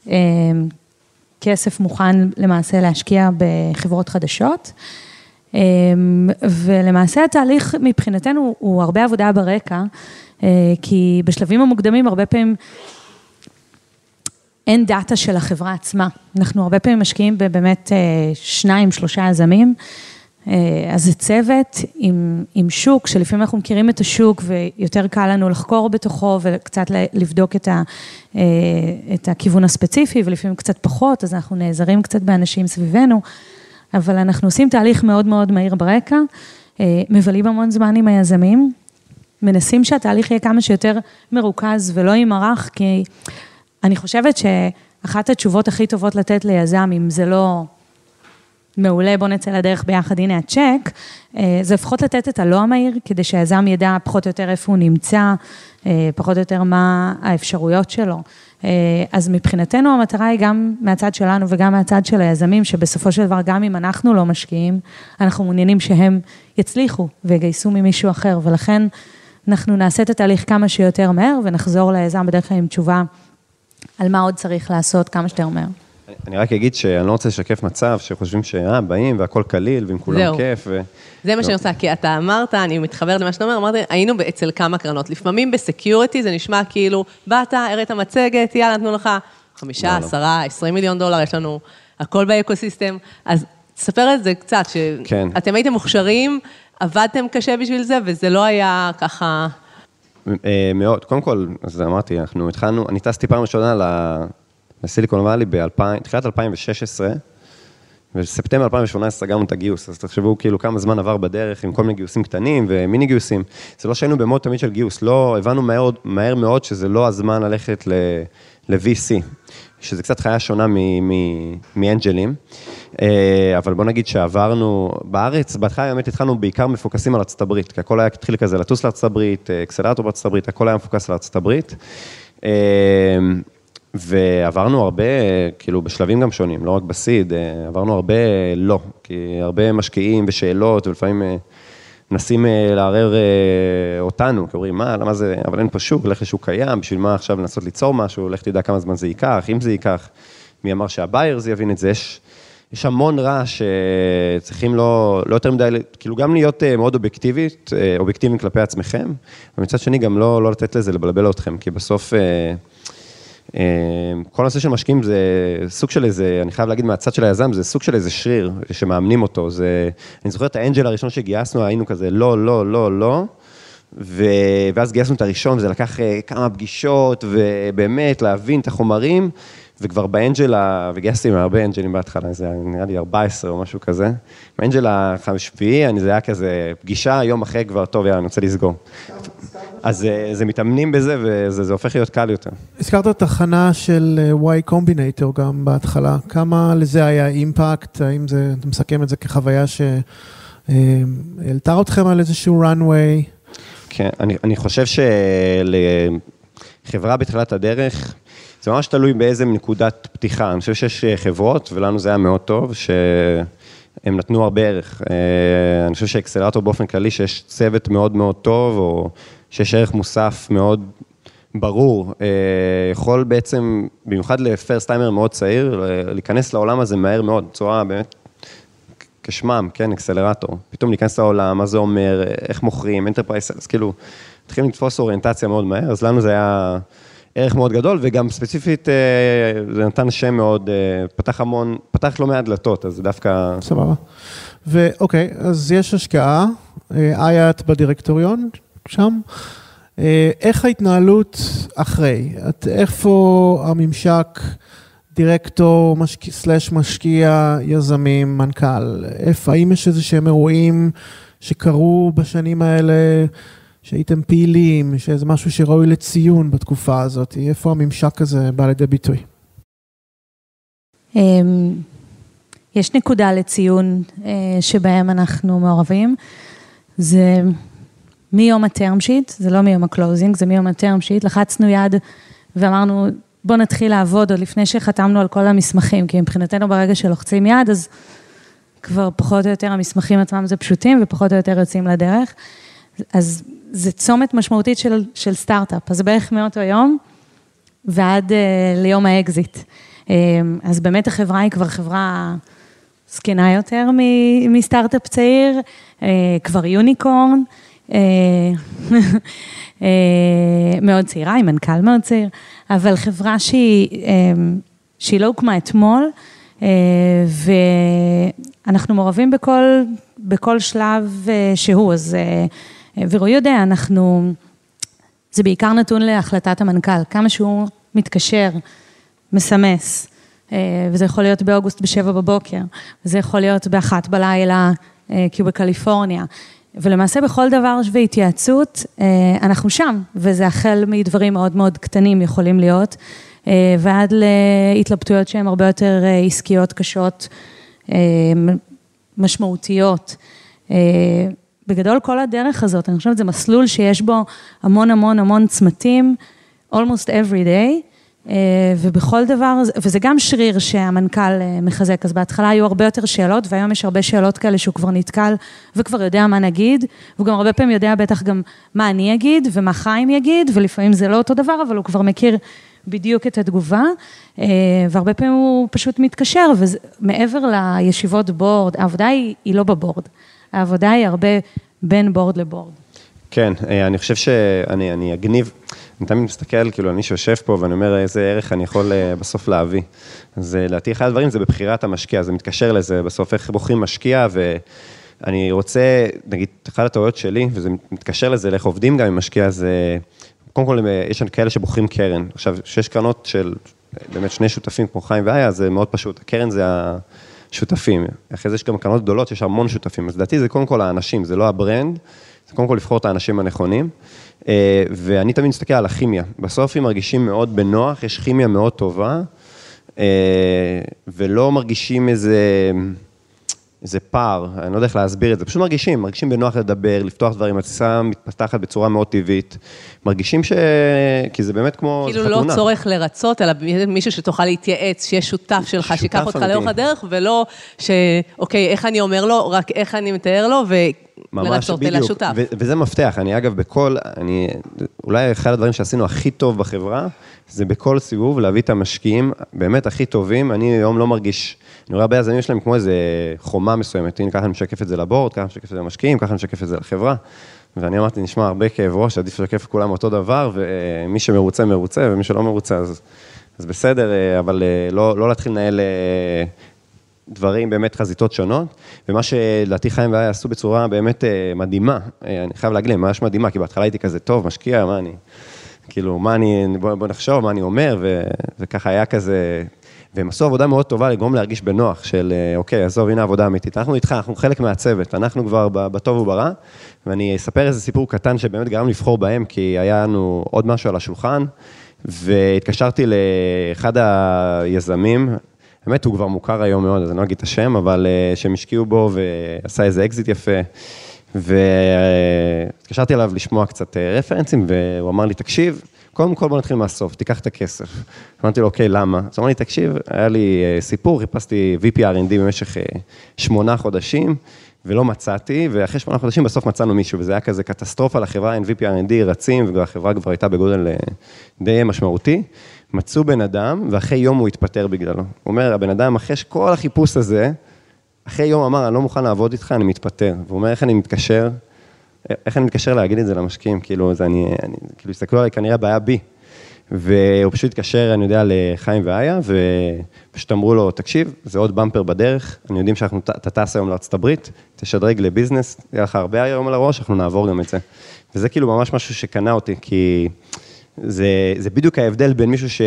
כסף מוכן למעשה להשקיע בחברות חדשות, ולמעשה התהליך מבחינתנו הוא הרבה עבודה ברקע, כי בשלבים המוקדמים הרבה פעמים אין דאטה של החברה עצמה. אנחנו הרבה פעמים משקיעים בבאמת 2-3 יזמים, אז זה צוות עם שוק, שלפעמים אנחנו מכירים את השוק ויותר קל לנו לחקור בתוכו וקצת לבדוק את הכיוון הספציפי, ולפעמים קצת פחות, אז אנחנו נעזרים קצת באנשים סביבנו, אבל אנחנו עושים תהליך מאוד מאוד מהיר ברקע, מבלים המון זמן עם היזמים, מנסים שהתהליך יהיה כמה שיותר מרוכז ולא ימרח, כי אני חושבת שאחת התשובות הכי טובות לתת ליזם, אם זה לא מעולה, בוא נצא לדרך ביחד, הנה הצ'ק, זה לפחות לתת את הלא המהיר, כדי שהיזם ידע פחות או יותר איפה הוא נמצא, פחות או יותר מה האפשרויות שלו. אז מבחינתנו המטרה היא גם מהצד שלנו וגם מהצד של היזמים, שבסופו של דבר גם אם אנחנו לא משקיעים, אנחנו מעוניינים שהם יצליחו ויגייסו ממישהו אחר, ולכן אנחנו נעשה את התהליך כמה שיותר מהר, ונחזור ליזם בדרך כלל עם תשובה על מה עוד צריך לעשות כמה שיותר מהר. אני רק אגיד שאני לא רוצה לשקף מצב שחושבים באים והכל קליל ועם כולם כיף. זה מה שאני רוצה, כי אתה אמרת, אני מתחברת למה שאתה אומר, אמרתי, היינו אצל כמה קרנות. לפעמים בסקיוריטי זה נשמע כאילו, באת, הראת המצגת, יאללה, נתנו לך 5, 10, 20 מיליון דולר, יש לנו הכל באקוסיסטם. אז תספר את זה קצת, שאתם הייתם מוכשרים, עבדתם קשה בשביל זה, וזה לא היה ככה... מאוד. קודם כל, אז אמרתי, אנחנו התחלנו, אני טסתי פעם ראשונה לסיליקון ואלי בתחילת 2016, ובספטמבר 2018 סגרנו את הגיוס, אז תחשבו כאילו כמה זמן עבר בדרך עם כל מיני גיוסים קטנים ומיני גיוסים. זה לא שהיינו במוד תמיד של גיוס, לא, הבנו מהר מאוד שזה לא הזמן ללכת ל-VC, שזה קצת חיה שונה מאנג'לים, אבל בוא נגיד שעברנו בארץ, בהתחלה באמת התחלנו בעיקר מפוקסים על ארצות הברית, כי הכל היה התחיל כזה לטוס לארצות הברית, אקסלרטור בארצות הברית, הכל היה מפוקס על ארצות הברית, ועברנו הרבה, כאילו בשלבים גם שונים, לא רק בסיד, עברנו הרבה לא, כי הרבה משקיעים ושאלות, ולפעמים מנסים לערער אותנו, כי אומרים, מה, למה זה, אבל אין פה שוק, הולך לשוק קיים, בשביל מה עכשיו לנסות ליצור משהו, הולך תדע כמה זמן זה ייקח, אם זה ייקח, מי אמר שהבייר זה יבין את זה, יש המון רע שצריכים לא יותר מדי, כאילו גם להיות מאוד אובייקטיביים כלפי עצמכם, ומצד שני גם לא לתת לזה לבלבל אתכם, כי בסוף כל הנושא של משקיעים זה סוג של איזה, אני חייב להגיד מהצד של היזם, זה סוג של איזה שריר שמאמנים אותו, אני זוכר את האנג'ל הראשון שגייסנו, היינו כזה לא, ואז גייסנו את הראשון, וזה לקח כמה פגישות, ובאמת להבין את החומרים, וכבר באנג'ל, וגייסתי עם הרבה אנג'לים בהתחלה, זה נראה לי 14 או משהו כזה, באנג'ל השביעי, זה היה כזה פגישה, יום אחרי כבר, טוב, אני רוצה לסגור. אז זה מתאמנים בזה, וזה הופך להיות קל יותר. הזכרת את התחנה של Y Combinator גם בהתחלה, כמה לזה היה אימפקט, האם זה, אתה מסכם את זה כחוויה שהעלתה אתכם על איזשהו runway? כן, אני חושב שלחברה בתחילת הדרך, זה ממש תלוי באיזה נקודת פתיחה, אני חושב שיש חברות, ולנו זה היה מאוד טוב, שהם נתנו הרבה ערך. אני חושב שאקסלרטור באופן כללי, שיש צוות מאוד מאוד טוב, או שיש ערך מוסף מאוד ברור, יכול בעצם, במיוחד לפרסט טיימר מאוד צעיר, להיכנס לעולם הזה מהר מאוד, צורה באמת כשמם, כן, אקסלרטור. פתאום להיכנס לעולם, מה זה אומר, איך מוכרים, אנטרפרייס, אז כאילו, התחילים לתפוס אוריינטציה מאוד מהר, אז לנו זה היה ערך מאוד גדול, וגם ספציפית, זה נתן שם מאוד, פתח לא מעט דלתות, אז זה דווקא... סבבה. ואוקיי, אז יש השקעה, את בדירקטוריון, שם, איך ההתנהלות אחרי? איפה הממשק דירקטור, משקיע, יזמים, מנכ"ל? האם יש איזה שהם אירועים שקרו בשנים האלה, שהייתם פעילים, שזה משהו שראוי לציון בתקופה הזאת? איפה הממשק הזה בא לידי ביטוי? יש נקודה לציון שבהם אנחנו מעורבים, זה מיום הטרם שיט, זה לא מיום הקלוזינג, זה מיום הטרם שיט, לחצנו יד ואמרנו, בוא נתחיל לעבוד עוד לפני שחתמנו על כל המסמכים, כי מבחינתנו ברגע שלוחצים יד, אז כבר פחות או יותר המסמכים עצמם זה פשוטים, ופחות או יותר יוצאים לדרך, אז זה צומת משמעותית של סטארט-אפ, אז בערך מאותו יום, ועד ליום האקזיט. אז באמת החברה היא כבר חברה סקנה יותר מסטארט-אפ צעיר, כבר יוניקורן, מאוד צעירה, היא מנכ"ל מאוד צעיר, אבל חברה שהיא לא הוקמה אתמול, ואנחנו מעורבים בכל שלב שהוא, אז ורועי יודע, זה בעיקר נתון להחלטת המנכ"ל, כמה שהוא מתקשר, מסמס, וזה יכול להיות באוגוסט ב7 בבוקר, וזה יכול להיות ב1 בלילה, כי הוא בקליפורניה, ולמעשה בכל דבר והתייעצות, אנחנו שם, וזה החל מדברים מאוד מאוד קטנים יכולים להיות, ועד להתלבטויות שהן הרבה יותר עסקיות קשות, משמעותיות. בגדול כל הדרך הזאת, אני חושבת, זה מסלול שיש בו המון המון המון צמתים, almost every day, ובכל דבר, וזה גם שריר שהמנכ"ל מחזק, אז בהתחלה היו הרבה יותר שאלות, והיום יש הרבה שאלות כאלה שהוא כבר נתקל, וכבר יודע מה נגיד, והוא גם הרבה פעמים יודע בטח גם מה אני אגיד, ומה חיים יגיד, ולפעמים זה לא אותו דבר, אבל הוא כבר מכיר בדיוק את התגובה, והרבה פעמים הוא פשוט מתקשר, ומעבר לישיבות בורד, העבודה היא לא בבורד, העבודה היא הרבה בין בורד לבורד. כן, אני חושב שאני אגניב, אני תמיד מסתכל, כאילו, אני שיושב פה ואני אומר איזה ערך אני יכול בסוף להביא. אז לדעתי אחד הדברים זה בבחירת המשקיע, זה מתקשר לזה, בסוף איך בוחרים משקיע, ואני רוצה, נגיד, אחת הטעויות שלי, וזה מתקשר לזה, איך עובדים גם עם משקיע, זה, קודם כל, יש כאלה שבוחרים קרן. עכשיו, שיש קרנות של באמת שני שותפים כמו חיים ואיה, זה מאוד פשוט. הקרן זה השותפים. אחרי זה יש גם קרנות גדולות, יש המון שותפים. אז לדעתי זה קודם כל האנשים, זה לא הברנד, זה קודם כל לבחור את האנשים הנכונים. ואני תמיד מסתכל על הכימיה. בסוף הם מרגישים מאוד בנוח, יש כימיה מאוד טובה, ולא מרגישים איזה פער, אני לא יודע איך להסביר את זה, פשוט מרגישים בנוח לדבר, לפתוח דברים, התסיסה מתפתחת בצורה מאוד טבעית, מרגישים כי זה באמת כמו כאילו לא צורך לרצות, אלא מישהו שתוכל להתייעץ, שיש שותף שלך, שיקח אותך לאורך הדרך, ולא אוקיי, איך אני אומר לו, רק איך אני מתאר לו, ולרצות אל השותף. וזה מפתח, אני אגב אולי אחד הדברים שעשינו הכי טוב בחברה, זה בכל סיבוב להביא את המשקיעים, באמת הכי טובים, אני היום לא מרגיש, אני רואה הרבה יזמים שלהם כמו איזה חומה מסוימת, הנה ככה אני משקף את זה לבורד, ככה אני משקף את זה למשקיעים, ככה אני משקף את זה לחברה, ואני אמרתי, נשמע הרבה כאב ראש, עדיף לשקף כולם אותו דבר, ומי שמרוצה, מרוצה, ומי שלא מרוצה, אז בסדר, אבל לא להתחיל לנהל דברים, באמת חזיתות שונות, ומה שלדעתי חיים ואיה עשו בצורה באמת מדהימה, אני חייב להגיד להם, ממש מדהימה, כי בהתחלה הייתי כזה טוב, משקיע, בוא נחשוב מה אני אומר, וככה היה כזה, והם עשו עבודה מאוד טובה לגרום להרגיש בנוח, של אוקיי, עזוב, הנה עבודה אמיתית, אנחנו איתך, אנחנו חלק מהצוות, אנחנו כבר בטוב וברע, ואני אספר איזה סיפור קטן שבאמת גרם לבחור בהם, כי היה לנו עוד משהו על השולחן, והתקשרתי לאחד היזמים, באמת הוא כבר מוכר היום מאוד, אז אני לא אגיד את השם, אבל שהם השקיעו בו ועשה איזה אקזיט יפה, והתקשרתי אליו לשמוע קצת רפרנסים, והוא אמר לי, תקשיב, קודם כל בוא נתחיל מהסוף, תיקח את הכסף. אמרתי לו, אוקיי, למה? אז אמר לי, תקשיב, היה לי סיפור, חיפשתי VP R&D במשך 8 חודשים, ולא מצאתי, ואחרי 8 חודשים בסוף מצאנו מישהו, וזה היה כזה קטסטרופה לחברה, אין VP R&D רצים, והחברה כבר הייתה בגודל די משמעותי. מצאו בן אדם, ואחרי יום הוא התפטר בגללו. הוא אומר, הבן אדם, אחרי כל החיפוש הזה, אחרי יום אמר, אני לא מוכן לעבוד איתך, אני מתפטר. והוא אומר, איך אני מתקשר להגיד את זה למשקיעים? כאילו, כאילו, הסתכלו עליי, כנראה בעיה בי. והוא פשוט התקשר, אני יודע, לחיים ואיה, ופשוט אמרו לו, תקשיב, זה עוד במפר בדרך, אני יודעים שאתה טס היום לארצות הברית, תשדרג לביזנס, יהיה לך הרבה היום על הראש, אנחנו נעבור גם את זה. וזה כאילו ממש משהו שקנה אותי, כי זה בדיוק ההבדל בין מישהו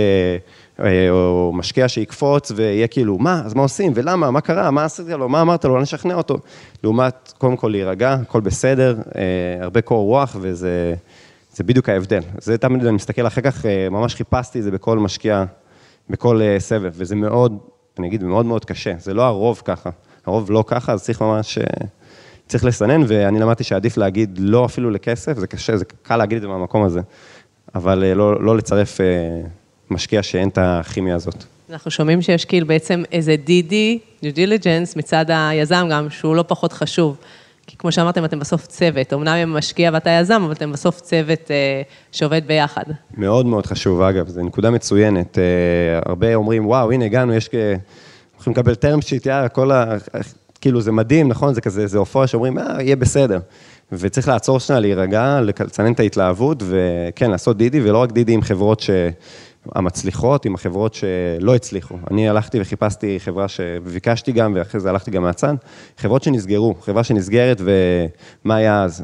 או משקיע שיקפוץ, ויהיה כאילו, מה, אז מה עושים, ולמה, מה קרה, מה עשית לו, מה אמרת לו, אני אשכנע אותו. לעומת, קודם כל להירגע, הכל בסדר, הרבה קור רוח, וזה בדיוק ההבדל. זה תמיד אני מסתכל אחר כך, ממש חיפשתי את זה בכל משקיע, בכל סבב, וזה מאוד, אני אגיד, מאוד מאוד קשה. זה לא הרוב ככה, הרוב לא ככה, אז צריך לסנן, ואני למדתי שעדיף להגיד לא אפילו לכסף, זה קשה, זה קל להגיד את זה מהמקום הזה, אבל לא לצרף משקיע שאין את הכימיה הזאת. אנחנו שומעים שיש כאילו בעצם איזה דידי, due diligence, מצד היזם גם, שהוא לא פחות חשוב. כי כמו שאמרתם, אתם בסוף צוות, אמנם הם משקיע ואתה יזם, אבל אתם בסוף צוות שעובד ביחד. מאוד מאוד חשוב, אגב, זו נקודה מצוינת. הרבה אומרים, וואו, הנה הגענו, יכולים לקבל טרם שיט, כאילו זה מדהים, נכון? זה כזה, זה הופעה שאומרים, יהיה בסדר. וצריך לעצור שנייה, להירגע, לצנן את ההתלהבות, וכן, לעשות דידי, ולא רק דידי עם חברות המצליחות, עם החברות שלא הצליחו. אני הלכתי וחיפשתי חברה שביקשתי גם, ואחרי זה הלכתי גם מהצן, חברות שנסגרו, חברה שנסגרת, ומה היה אז?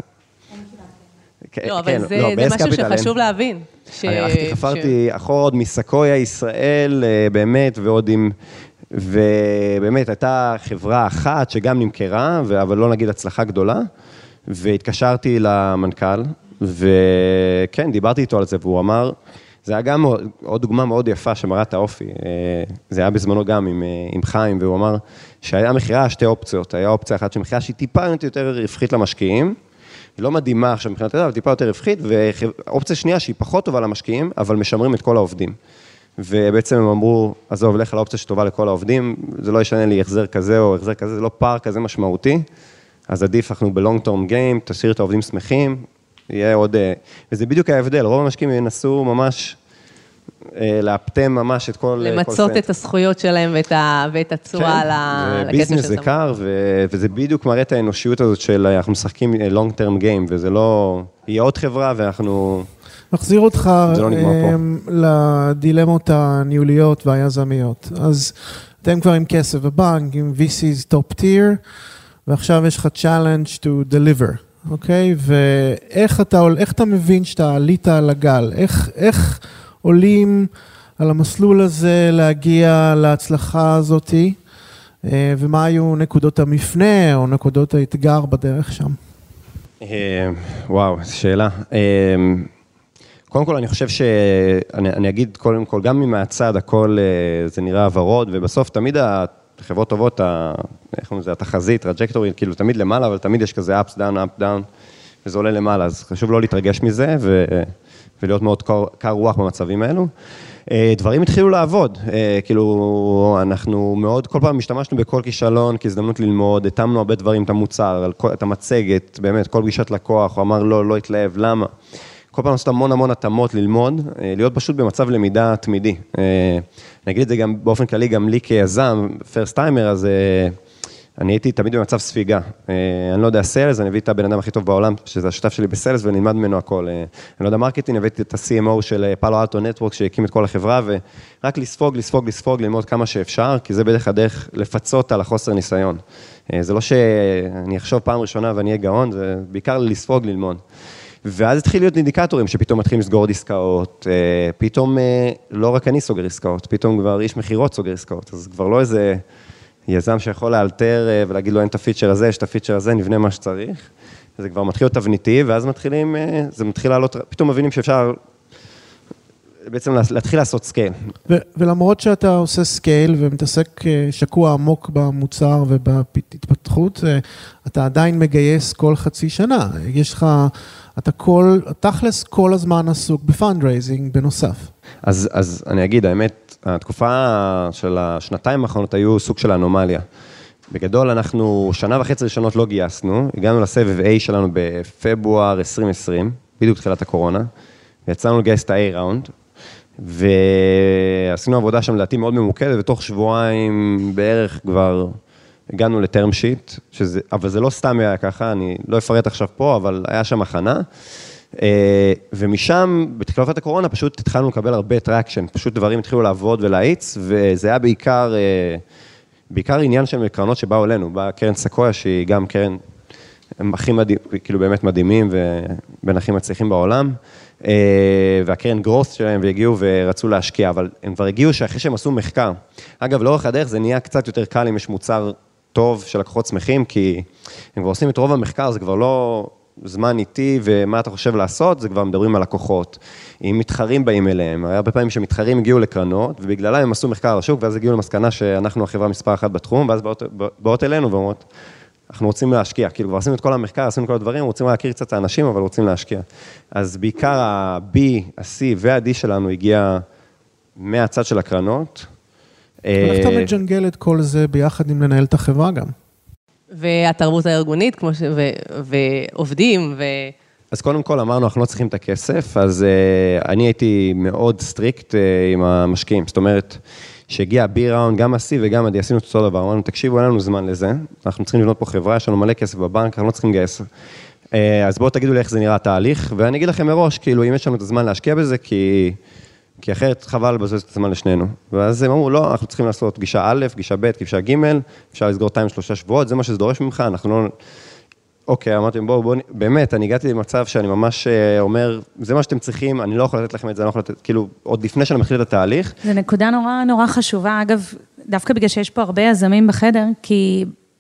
לא, אבל זה משהו שחשוב להבין. אני הלכתי, חפרתי אחורה עוד מסקויה ישראל, באמת, ועוד עם, ובאמת הייתה חברה אחת שגם נמכרה, אבל לא נגיד הצלחה גדולה, והתקשרתי למנכ"ל, וכן, דיברתי איתו על זה, והוא אמר, זה היה גם עוד דוגמה מאוד יפה שמראה את האופי, זה היה בזמנו גם עם חיים, והוא אמר שהיה מחירה שתי אופציות, היה אופציה אחת שמחירה שהיא טיפה יותר רווחית למשקיעים, היא לא מדהימה עכשיו מבחינת ידע, אבל טיפה יותר רווחית, ואופציה שנייה שהיא פחות טובה למשקיעים, אבל משמרים את כל העובדים. ובעצם הם אמרו, עזוב, לך לאופציה שטובה לכל העובדים, זה לא ישנה לי החזר כזה או החזר כזה, זה לא פער כזה משמעותי, אז עדיף אנחנו ב-long term game, תשאיר את העובדים שמחים, יהיה עוד, וזה בדיוק ההבדל, רוב המשקיעים ינסו ממש לאפטם ממש את כל... למצות את הזכויות שלהם ואת הצורה לכסף של ביזנס זה קר, וזה בדיוק מראה את האנושיות הזאת של אנחנו משחקים long term game, וזה לא... יהיה עוד חברה ואנחנו... נחזיר אותך לדילמות הניהוליות והיזמיות. אז אתם כבר עם כסף בבנק, עם VC's top tier, ועכשיו יש לך challenge to deliver, אוקיי? ואיך אתה מבין שאתה עלית על הגל? איך עולים על המסלול הזה להגיע להצלחה הזאת, ומה היו נקודות המפנה או נקודות האתגר בדרך שם? וואו, זו שאלה. קודם כל, אני חושב שאני אגיד קודם כל, גם מהצד, הכל זה נראה עברות, ובסוף תמיד החברות טובות, איך אומרים, זה התחזית, טראג'קטורי, כאילו תמיד למעלה, אבל תמיד יש כזה ups, down, up, down, וזה עולה למעלה, אז חשוב לא להתרגש מזה, ולהיות מאוד קר רוח במצבים האלו. דברים התחילו לעבוד, כאילו אנחנו מאוד, כל פעם השתמשנו בכל כישלון כהזדמנות ללמוד, התאמנו הרבה דברים, את המוצר, את המצגת, באמת, כל פגישת לקוח, הוא אמר לא התלהב, למה? כל פעם עושה המון התאמות ללמוד, להיות פשוט במצב למידה תמידי. אני אגיד את זה גם באופן כללי, גם לי כיזם, פרסט טיימר, אז אני הייתי תמיד במצב ספיגה. אני לא יודע סיילס, אני הביא את הבן אדם הכי טוב בעולם, שזה השותף שלי בסיילס, ונלמד ממנו הכל. אני לא יודע מרקטינג, הבאתי את ה-CMO של פאלו אלטו נטוורק, שהקים את כל החברה, ורק לספוג, ללמוד כמה שאפשר, כי זה בדרך הדרך לפצות על החוסר ניסיון. זה לא שאני אחשוב פעם ראשונה ואני אהיה גאון, זה בעיקר לספוג, ללמוד. ואז התחיל להיות אינדיקטורים שפתאום מתחילים לסגור עוד עסקאות, פתאום לא רק אני סוגר עסקאות, פתאום כבר איש מחירות סוגר עסקאות, אז כבר לא איזה יזם שיכול לאלתר ולהגיד לו אין את הפיצ'ר הזה, יש את הפיצ'ר הזה, נבנה מה שצריך, זה כבר מתחיל להיות תבניתי, ואז זה מתחיל לעלות, פתאום מבינים שאפשר בעצם להתחיל לעשות סקייל. ולמרות שאתה עושה סקייל ומתעסק שקוע עמוק במוצר ובהתפתחות, אתה עדיין מגייס כל חצי שנה, יש לך... אתה תכלס כל הזמן עסוק בפאנדרייזינג בנוסף. אז אני אגיד, האמת, התקופה של השנתיים האחרונות היו סוג של אנומליה. בגדול אנחנו שנה וחצי ראשונות לא גייסנו, הגענו לסבב A שלנו בפברואר 2020, בדיוק תחילת הקורונה, ויצאנו לגייס את ה-A ראונד, ועשינו עבודה שם לדעתי מאוד ממוקדת, ותוך שבועיים בערך כבר... הגענו לטרם שיט, אבל זה לא סתם היה ככה, אני לא אפרט עכשיו פה, אבל היה שם הכנה, ומשם, בתקופת הקורונה, פשוט התחלנו לקבל הרבה טראקשן, פשוט דברים התחילו לעבוד ולהאיץ, וזה היה בעיקר עניין של קרנות שבאו אלינו, באה קרן סקויה, שהיא גם קרן, הם הכי מדהים, כאילו באמת מדהימים, ובין הכי מצליחים בעולם, והקרן גרוס שלהם, והגיעו ורצו להשקיע, אבל הם כבר הגיעו שאחרי שהם עשו מחקר, אגב, לאורך הדרך זה נהיה קצת יותר קל אם יש מוצר טוב של לקוחות שמחים, כי הם כבר עושים את רוב המחקר, זה כבר לא זמן איטי, ומה אתה חושב לעשות, זה כבר מדברים על לקוחות. אם מתחרים באים אליהם, הרבה פעמים שמתחרים הגיעו לקרנות, ובגללה הם עשו מחקר על השוק, ואז הגיעו למסקנה שאנחנו החברה מספר אחת בתחום, ואז באות אלינו ואומרות, אנחנו רוצים להשקיע, כאילו כבר עשינו את כל המחקר, עשינו את כל הדברים, רוצים להכיר קצת את האנשים, אבל רוצים להשקיע. אז בעיקר ה-B, ה-C וה-D שלנו הגיע מהצד של הקרנות, איך אתה מג'נגל את כל זה ביחד עם לנהל את החברה גם? והתרבות הארגונית, ועובדים, אז קודם כל אמרנו, אנחנו לא צריכים את הכסף, אז אני הייתי מאוד סטריקט עם המשקיעים, זאת אומרת, שהגיע ה-B-ראונד, גם ה-C וגם ה-D, עשינו את אותו דבר, אמרנו, תקשיבו, אין לנו זמן לזה, אנחנו צריכים לבנות פה חברה, יש לנו מלא כסף בבנק, אנחנו לא צריכים לגייס. אז בואו תגידו לי איך זה נראה התהליך, ואני אגיד לכם מראש, כאילו, אם יש לנו את הזמן להשקיע בזה, כי אחרת חבל לבזבז את הזמן לשנינו. ואז הם אמרו, לא, אנחנו צריכים לעשות פגישה א', פגישה ב', פגישה ג', אפשר לסגור 2-3 שבועות, זה מה שזה דורש ממך, אנחנו לא... אוקיי, אמרתם, בואו, באמת, אני הגעתי למצב שאני ממש אומר, זה מה שאתם צריכים, אני לא יכול לתת לכם את זה, אני לא יכול לתת, כאילו, עוד לפני שאני מתחיל את התהליך. זו נקודה נורא חשובה, אגב, דווקא בגלל שיש פה הרבה יזמים בחדר, כי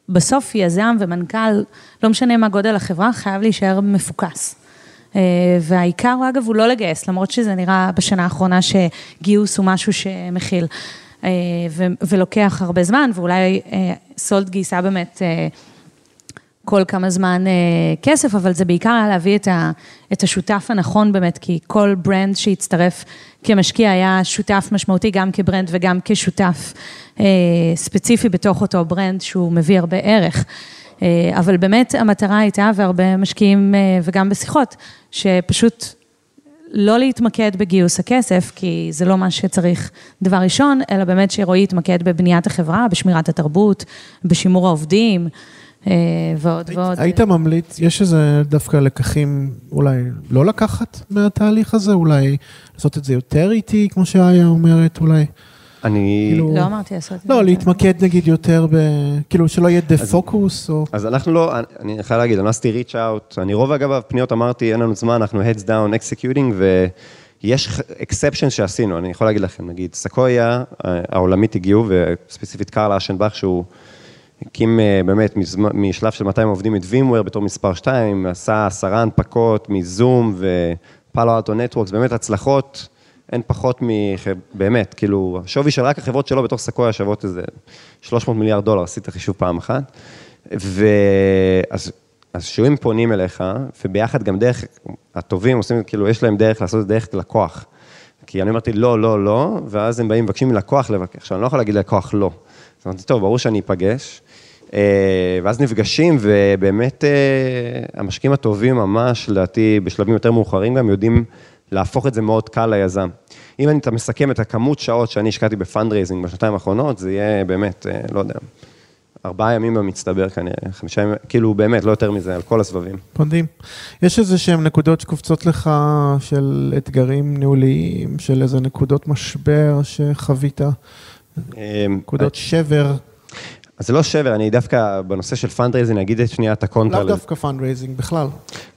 בסוף יזם ומנכ"ל, לא משנה מה גודל החברה, חייב להישאר מפוקס. והעיקר הוא אגב הוא לא לגייס, למרות שזה נראה בשנה האחרונה שגיוס הוא משהו שמכיל, ולוקח הרבה זמן, ואולי סולט גייסה באמת כל כמה זמן כסף, אבל זה בעיקר היה להביא את השותף הנכון באמת, כי כל ברנד שהצטרף כמשקיע היה שותף משמעותי, גם כברנד וגם כשותף ספציפי בתוך אותו ברנד, שהוא מביא הרבה ערך. אבל באמת המטרה הייתה, והרבה משקיעים וגם בשיחות, שפשוט לא להתמקד בגיוס הכסף, כי זה לא מה שצריך דבר ראשון, אלא באמת שרועי יתמקד בבניית החברה, בשמירת התרבות, בשימור העובדים, ועוד ועוד. היית ממליץ, יש איזה דווקא לקחים, אולי לא לקחת מהתהליך הזה, אולי לעשות את זה יותר איטי, כמו שהיה אומרת, אולי... לא אמרתי לעשות את זה. לא, להתמקד נגיד יותר כאילו שלא יהיה דפוקוס או... אז אנחנו לא, אני יכול להגיד, אני עשיתי reach out, אני רוב אגב הפניות אמרתי, אין לנו זמן, אנחנו heads down executing, ויש exception שעשינו, אני יכול להגיד לכם, נגיד, סקויה, העולמית הגיעו, וספציפית קרל אשנבך, שהוא הקים באמת משלב של 200 עובדים את VMware בתור מספר 2, עשה 10 הנפקות מזום ופאלו אלטו נטוורקס, באמת הצלחות, אין פחות באמת, כאילו, השווי של רק החברות שלו בתוך סקויה שוות איזה 300 מיליארד דולר, עשית חישוב פעם אחת, אז שועים פונים אליך, וביחד גם דרך הטובים, עושים, כאילו, יש להם דרך לעשות את דרך לקוח, כי אני אמרתי לא, לא, לא, ואז הם באים מבקשים מלקוח לבקש, עכשיו אני לא יכול להגיד ללקוח לא, אז אמרתי, טוב, ברור שאני אפגש, ואז נפגשים, ובאמת המשקיעים הטובים ממש, לדעתי, בשלבים יותר מאוחרים גם, יודעים להפוך את זה מאוד קל ליזם. אם אתה מסכם את הכמות שעות שאני השקעתי בפנדרייזינג בשנתיים האחרונות, זה יהיה באמת, לא יודע, 4 ימים במצטבר כנראה, 5 ימים, כאילו באמת, לא יותר מזה, על כל הסבבים. מדהים. יש איזה שהם נקודות שקופצות לך של אתגרים ניהוליים, של איזה נקודות משבר שחווית, נקודות שבר? אז זה לא שבר, אני דווקא בנושא של פנדרייזינג, אגיד את שנייה את הקונטרה. לא דווקא פנדרייזינג, בכלל.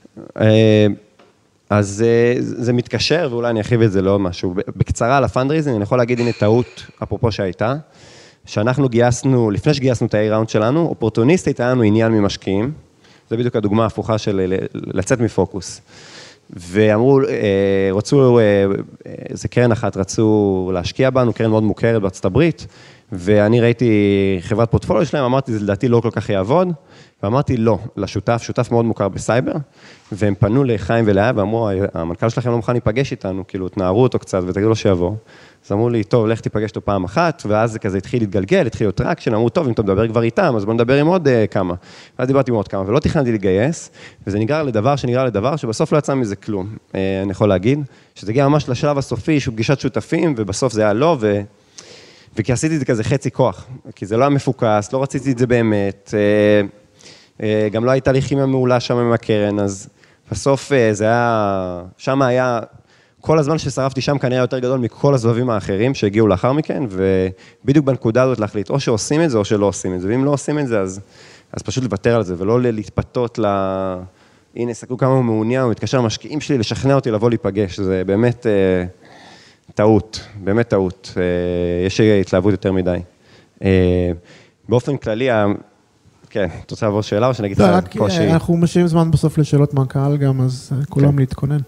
אז זה מתקשר, ואולי אני ארחיב את זה לעוד משהו. בקצרה על הפנדרייזינג, אני יכול להגיד, הנה טעות, אפרופו שהייתה, שאנחנו גייסנו, לפני שגייסנו את ה-A-ראונד שלנו, אופורטוניסטית היה לנו עניין ממשקיעים, זה בדיוק הדוגמה ההפוכה של לצאת מפוקוס. ואמרו, רצו, זה קרן אחת, רצו להשקיע בנו, קרן מאוד מוכרת בארצות הברית, ואני ראיתי חברת פורטפוליו שלהם, אמרתי, זה לדעתי לא כל כך יעבוד, ואמרתי לא, לשותף, שותף מאוד מוכר בסייבר, והם פנו לחיים ולאה, ואמרו, המנכ"ל שלכם לא מוכן להיפגש איתנו, כאילו, תנערו אותו קצת ותגידו לו שיבוא. אז אמרו לי, טוב, לך תיפגש אותו פעם אחת, ואז זה כזה התחיל להתגלגל, התחיל להיות טראקשן, אמרו, טוב, אם אתה מדבר כבר איתם, אז בוא נדבר עם עוד כמה. ואז דיברתי עם עוד כמה, ולא תכננתי לגייס, וזה נגרר לדבר שבסוף לא יצא מזה כלום. אני יכול להגיד, שזה הגיע ממש לשלב הסופי, שהוא פגישת שותפים, ובסוף זה היה לא, וכי עשיתי את זה כזה חצי כוח, כי זה לא היה מפוקס, לא רציתי את זה באמת, גם לא הייתה לי כימיה מעולה שם עם הקרן, אז בסוף זה היה, שם היה, כל הזמן ששרפתי שם כנראה יותר גדול מכל הסבבים האחרים שהגיעו לאחר מכן, ובדיוק בנקודה הזאת להחליט, או שעושים את זה או שלא עושים את זה, ואם לא עושים את זה, אז פשוט לוותר על זה, ולא להתפתות הנה, סתכלו כמה הוא מעוניין, הוא מתקשר למשקיעים שלי, לשכנע אותי לבוא להיפגש, זה באמת טעות, באמת טעות, יש התלהבות יותר מדי. באופן כללי, כן, אתה רוצה לעבור שאלה או שנגיד לך קושי? אנחנו משאירים זמן בסוף לשאלות מהקהל גם, אז כולם להתכונן.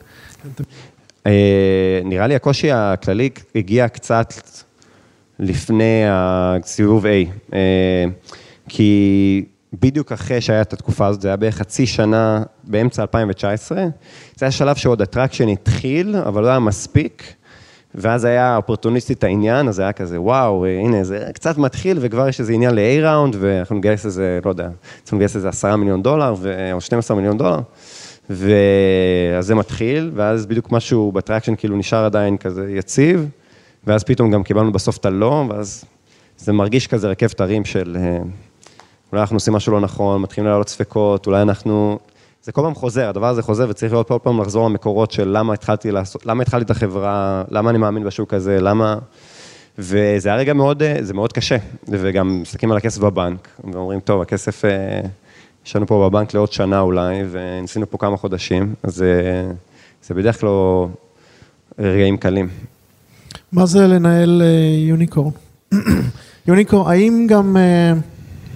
נראה לי הקושי הכללי הגיע קצת לפני הסיבוב A, כי בדיוק אחרי שהיה את התקופה הזאת, זה היה בערך חצי שנה באמצע 2019, זה היה שלב שעוד הטראקשן התחיל, אבל לא היה מספיק, ואז היה אופורטוניסטית העניין, אז היה כזה, וואו, הנה, זה קצת מתחיל, וכבר יש איזה עניין ל-A-ראונד, ואנחנו נגייס איזה, לא יודע, צריכים לגייס איזה $10 מיליון, או $12 מיליון, ואז זה מתחיל, ואז בדיוק משהו בטראקשן כאילו נשאר עדיין כזה יציב, ואז פתאום גם קיבלנו בסוף את הלא, ואז זה מרגיש כזה רכבת הרים של, אולי אנחנו עושים משהו לא נכון, מתחילים לעלות ספקות, אולי אנחנו, זה כל פעם חוזר, הדבר הזה חוזר, וצריך להיות כל פעם לחזור למקורות של למה התחלתי את החברה, למה אני מאמין בשוק הזה, למה, וזה היה רגע מאוד, זה מאוד קשה, וגם מסתכלים על הכסף בבנק, ואומרים, טוב, הכסף, יש לנו פה בבנק לעוד שנה אולי, וניסינו פה כמה חודשים, אז זה בדרך כלל לא רגעים קלים. מה זה לנהל יוניקורן? יוניקורן, האם גם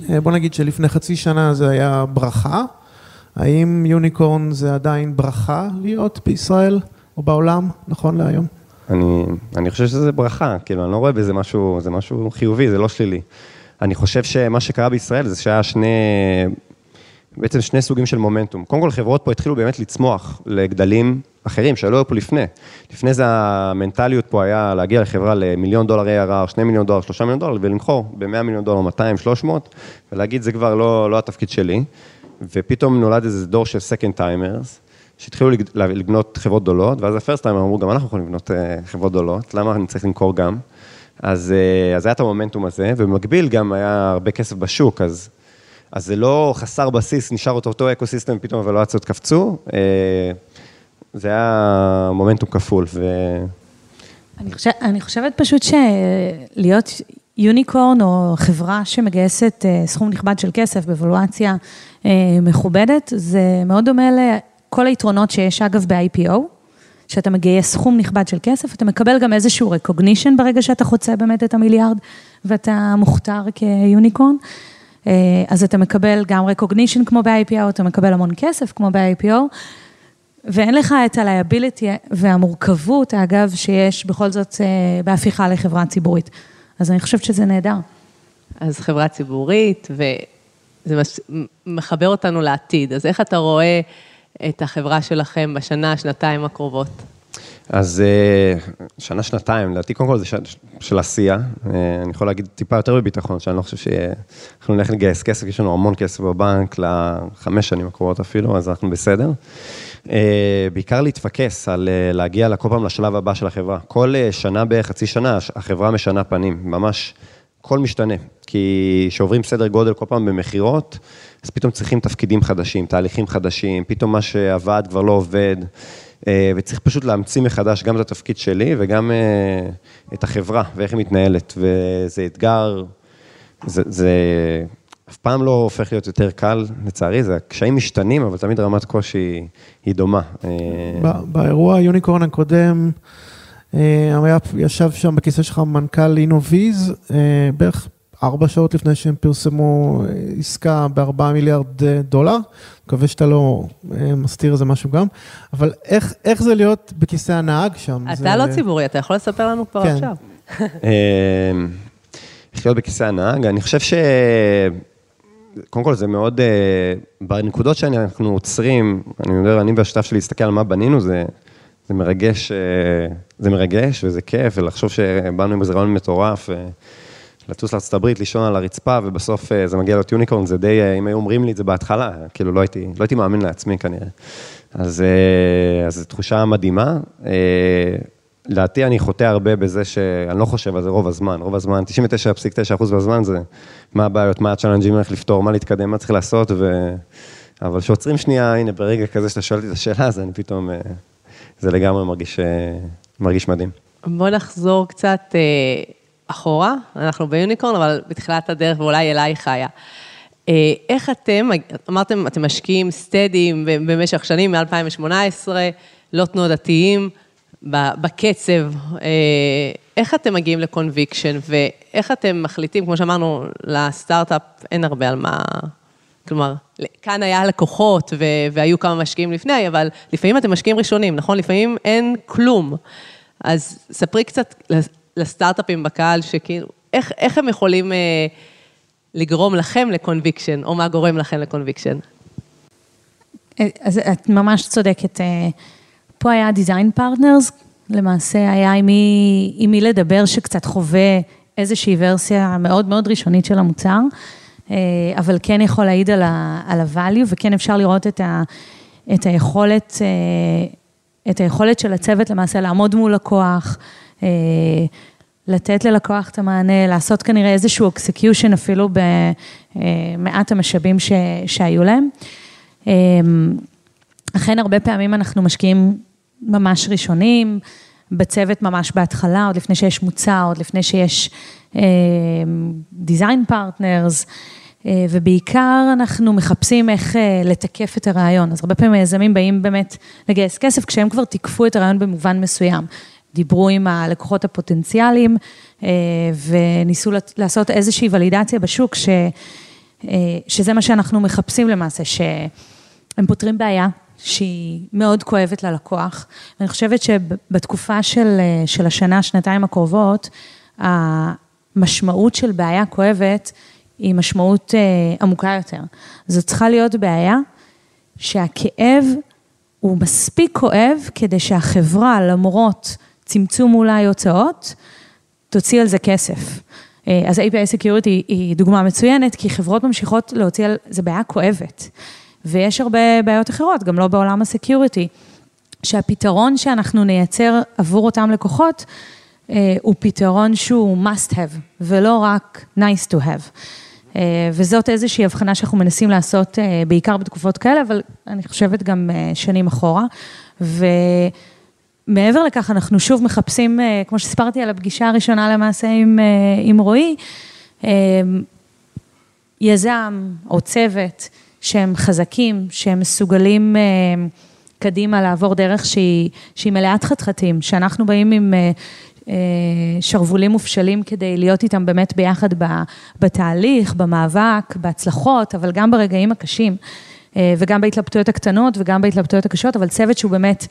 בוא נגיד שלפני חצי שנה זה היה ברכה. האם יוניקורן זה עדיין ברכה להיות בישראל או בעולם, נכון להיום? אני חושב שזה ברכה, כאילו, אני לא רואה בזה משהו, זה משהו חיובי, זה לא שלילי. אני חושב שמה שקרה בישראל זה שהיה בעצם שני סוגים של מומנטום. קודם כל, חברות פה התחילו באמת לצמוח לגדלים אחרים, שלא היו פה לפני. לפני זה המנטליות פה היה להגיע לחברה ל$1,000,000 ARR, $2,000,000, $3,000,000, ולמכור ב$100,000,000, 200, 300, ולהגיד, זה כבר לא התפקיד שלי. ופתאום נולד איזה דור של second timers, שהתחילו לבנות חברות גדולות, ואז ה-first timer אמרו, גם אנחנו יכולים לבנות חברות גדולות, למה אני צריך למכור גם? אז היה את המומנטום הזה, ובמקביל גם היה הרבה כסף בשוק, אז זה לא חסר בסיס, נשאר אותו אקוסיסטם, פתאום הוולואציות קפצו, זה היה מומנטום כפול. אני חושבת פשוט שלהיות יוניקורן או חברה שמגייסת סכום נכבד של כסף בוולואציה מכובדת, זה מאוד דומה לכל היתרונות שיש אגב ב-IPO, שאתה מגייס סכום נכבד של כסף, אתה מקבל גם איזשהו recognition ברגע שאתה חוצה באמת את $1,000,000,000 ואתה מוכתר כיוניקורן, אז אתה מקבל גם recognition כמו ב-IPO, אתה מקבל המון כסף כמו ב-IPO, ואין לך את ה-liability והמורכבות, אגב, שיש בכל זאת בהפיכה לחברה ציבורית. אז אני חושבת שזה נהדר. אז חברה ציבורית, וזה מחבר אותנו לעתיד. אז איך אתה רואה את החברה שלכם בשנה, שנתיים הקרובות? אז שנה, שנתיים, לדעתי קודם כל זה של עשייה. אני יכול להגיד טיפה יותר בביטחון, שאני לא חושב שאנחנו נלך לגייס כסף, יש לנו המון כסף בבנק, ל5 שנים הקרובות אפילו, אז אנחנו בסדר. בעיקר להתפקס על להגיע כל פעם לשלב הבא של החברה. כל שנה בחצי שנה, החברה משנה פנים, ממש כל משתנה. כי שעוברים סדר גודל כל פעם במחירות, אז פתאום צריכים תפקידים חדשים, תהליכים חדשים, פתאום מה שעבד כבר לא עובד, וצריך פשוט להמציא מחדש גם את התפקיד שלי, וגם את החברה, ואיך היא מתנהלת, וזה אתגר, זה אף פעם לא הופך להיות יותר קל, לצערי, זה הקשיים משתנים, אבל תמיד רמת קושי היא דומה. באירוע יוניקורן הקודם, ישב שם בכיסא שלך מנכ"ל אינוביז, בערך 4 שעות לפני שהם פרסמו עסקה ב$4,000,000,000, מקווה שאתה לא מסתיר איזה משהו גם, אבל איך זה להיות בכיסא הנהג שם? אתה לא ציבורי, אתה יכול לספר לנו כבר עכשיו. איך להיות בכיסא הנהג? אני חושב קודם כל זה מאוד, בנקודות שאנחנו עוצרים, אני והשותף שלי להסתכל על מה בנינו, זה מרגש וזה כיף, ולחשוב שבאנו עם איזה רעיון מטורף, לטוס לארצות הברית, לישון על הרצפה, ובסוף זה מגיע להיות יוניקורן, זה די, אם היו אומרים לי את זה בהתחלה, כאילו לא הייתי מאמין לעצמי כנראה. אז זו תחושה מדהימה. לדעתי אני חוטא הרבה בזה שאני לא חושב על זה רוב הזמן, 99.9% בזמן זה מה הבעיות, מה הצ'אלנג'ים, איך לפתור, מה להתקדם, מה צריך לעשות, אבל שעוצרים שנייה, הנה ברגע כזה שאתה שואל את השאלה, אז אני פתאום, זה לגמרי מרגיש מדהים. בוא נחזור קצת אחורה, אנחנו ביוניקורן, אבל בתחילת הדרך ואולי אלייך היה. איך אמרתם, אתם משקיעים סטדיים במשך שנים, מ-2018, לא תנודתיים, בקצב, איך אתם מגיעים לקונביקשן, ואיך אתם מחליטים, כמו שאמרנו, לסטארט-אפ אין הרבה על מה, כלומר, כאן היה לקוחות, והיו כמה משקיעים לפני, אבל לפעמים אתם משקיעים ראשונים, נכון? לפעמים אין כלום. אז ספרי קצת לסטארט-אפים בקהל, שכאילו, איך הם יכולים לגרום לכם לקונביקשן, או מה גורם לכם לקונביקשן? אז את ממש צודקת, פה היה Design Partners, למעשה היה עם מי לדבר שקצת חווה איזושהי ורסיה מאוד מאוד ראשונית של המוצר, אבל כן יכול להעיד על ה-value, וכן אפשר לראות את היכולת של הצוות למעשה לעמוד מול לקוח, לתת ללקוח את המענה, לעשות כנראה איזשהו execution אפילו במעט המשאבים שהיו להם. אכן הרבה פעמים אנחנו משקיעים ממש ראשונים, בצוות ממש בהתחלה, עוד לפני שיש מוצר, עוד לפני שיש design partners, ובעיקר אנחנו מחפשים איך לתקף את הרעיון. אז הרבה פעמים היזמים באים באמת לגייס כסף, כשהם כבר תיקפו את הרעיון במובן מסוים. דיברו עם הלקוחות הפוטנציאליים, וניסו לעשות איזושהי ולידציה בשוק, שזה מה שאנחנו מחפשים למעשה, שהם פותרים בעיה שהיא מאוד כואבת ללקוח. אני חושבת שבתקופה של השנה, שנתיים הקרובות, המשמעות של בעיה כואבת היא משמעות עמוקה יותר. זו צריכה להיות בעיה שהכאב הוא מספיק כואב כדי שהחברה, למרות צמצום אולי הוצאות, תוציא על זה כסף. אז API Security היא דוגמה מצוינת, כי חברות ממשיכות להוציא על זה בעיה כואבת. ויש הרבה בעיות אחרות, גם לא בעולם הסקיוריטי, שהפתרון שאנחנו נייצר עבור אותם לקוחות, הוא פתרון שהוא must have, ולא רק nice to have. וזאת איזושהי הבחנה שאנחנו מנסים לעשות, בעיקר בתקופות כאלה, אבל אני חושבת גם שנים אחורה. ומעבר לכך, אנחנו שוב מחפשים, כמו שסיפרתי על הפגישה הראשונה למעשה עם רועי, יזם או צוות, שהם חזקים, שהם מסוגלים קדימה לעבור דרך שהיא מלאת חתחתים, שאנחנו באים עם שרבולים מופשלים כדי להיות איתם באמת ביחד בתהליך, במאבק, בהצלחות, אבל גם ברגעים הקשים, וגם בהתלבטויות הקטנות וגם בהתלבטויות הקשות, אבל צוות שהוא באמת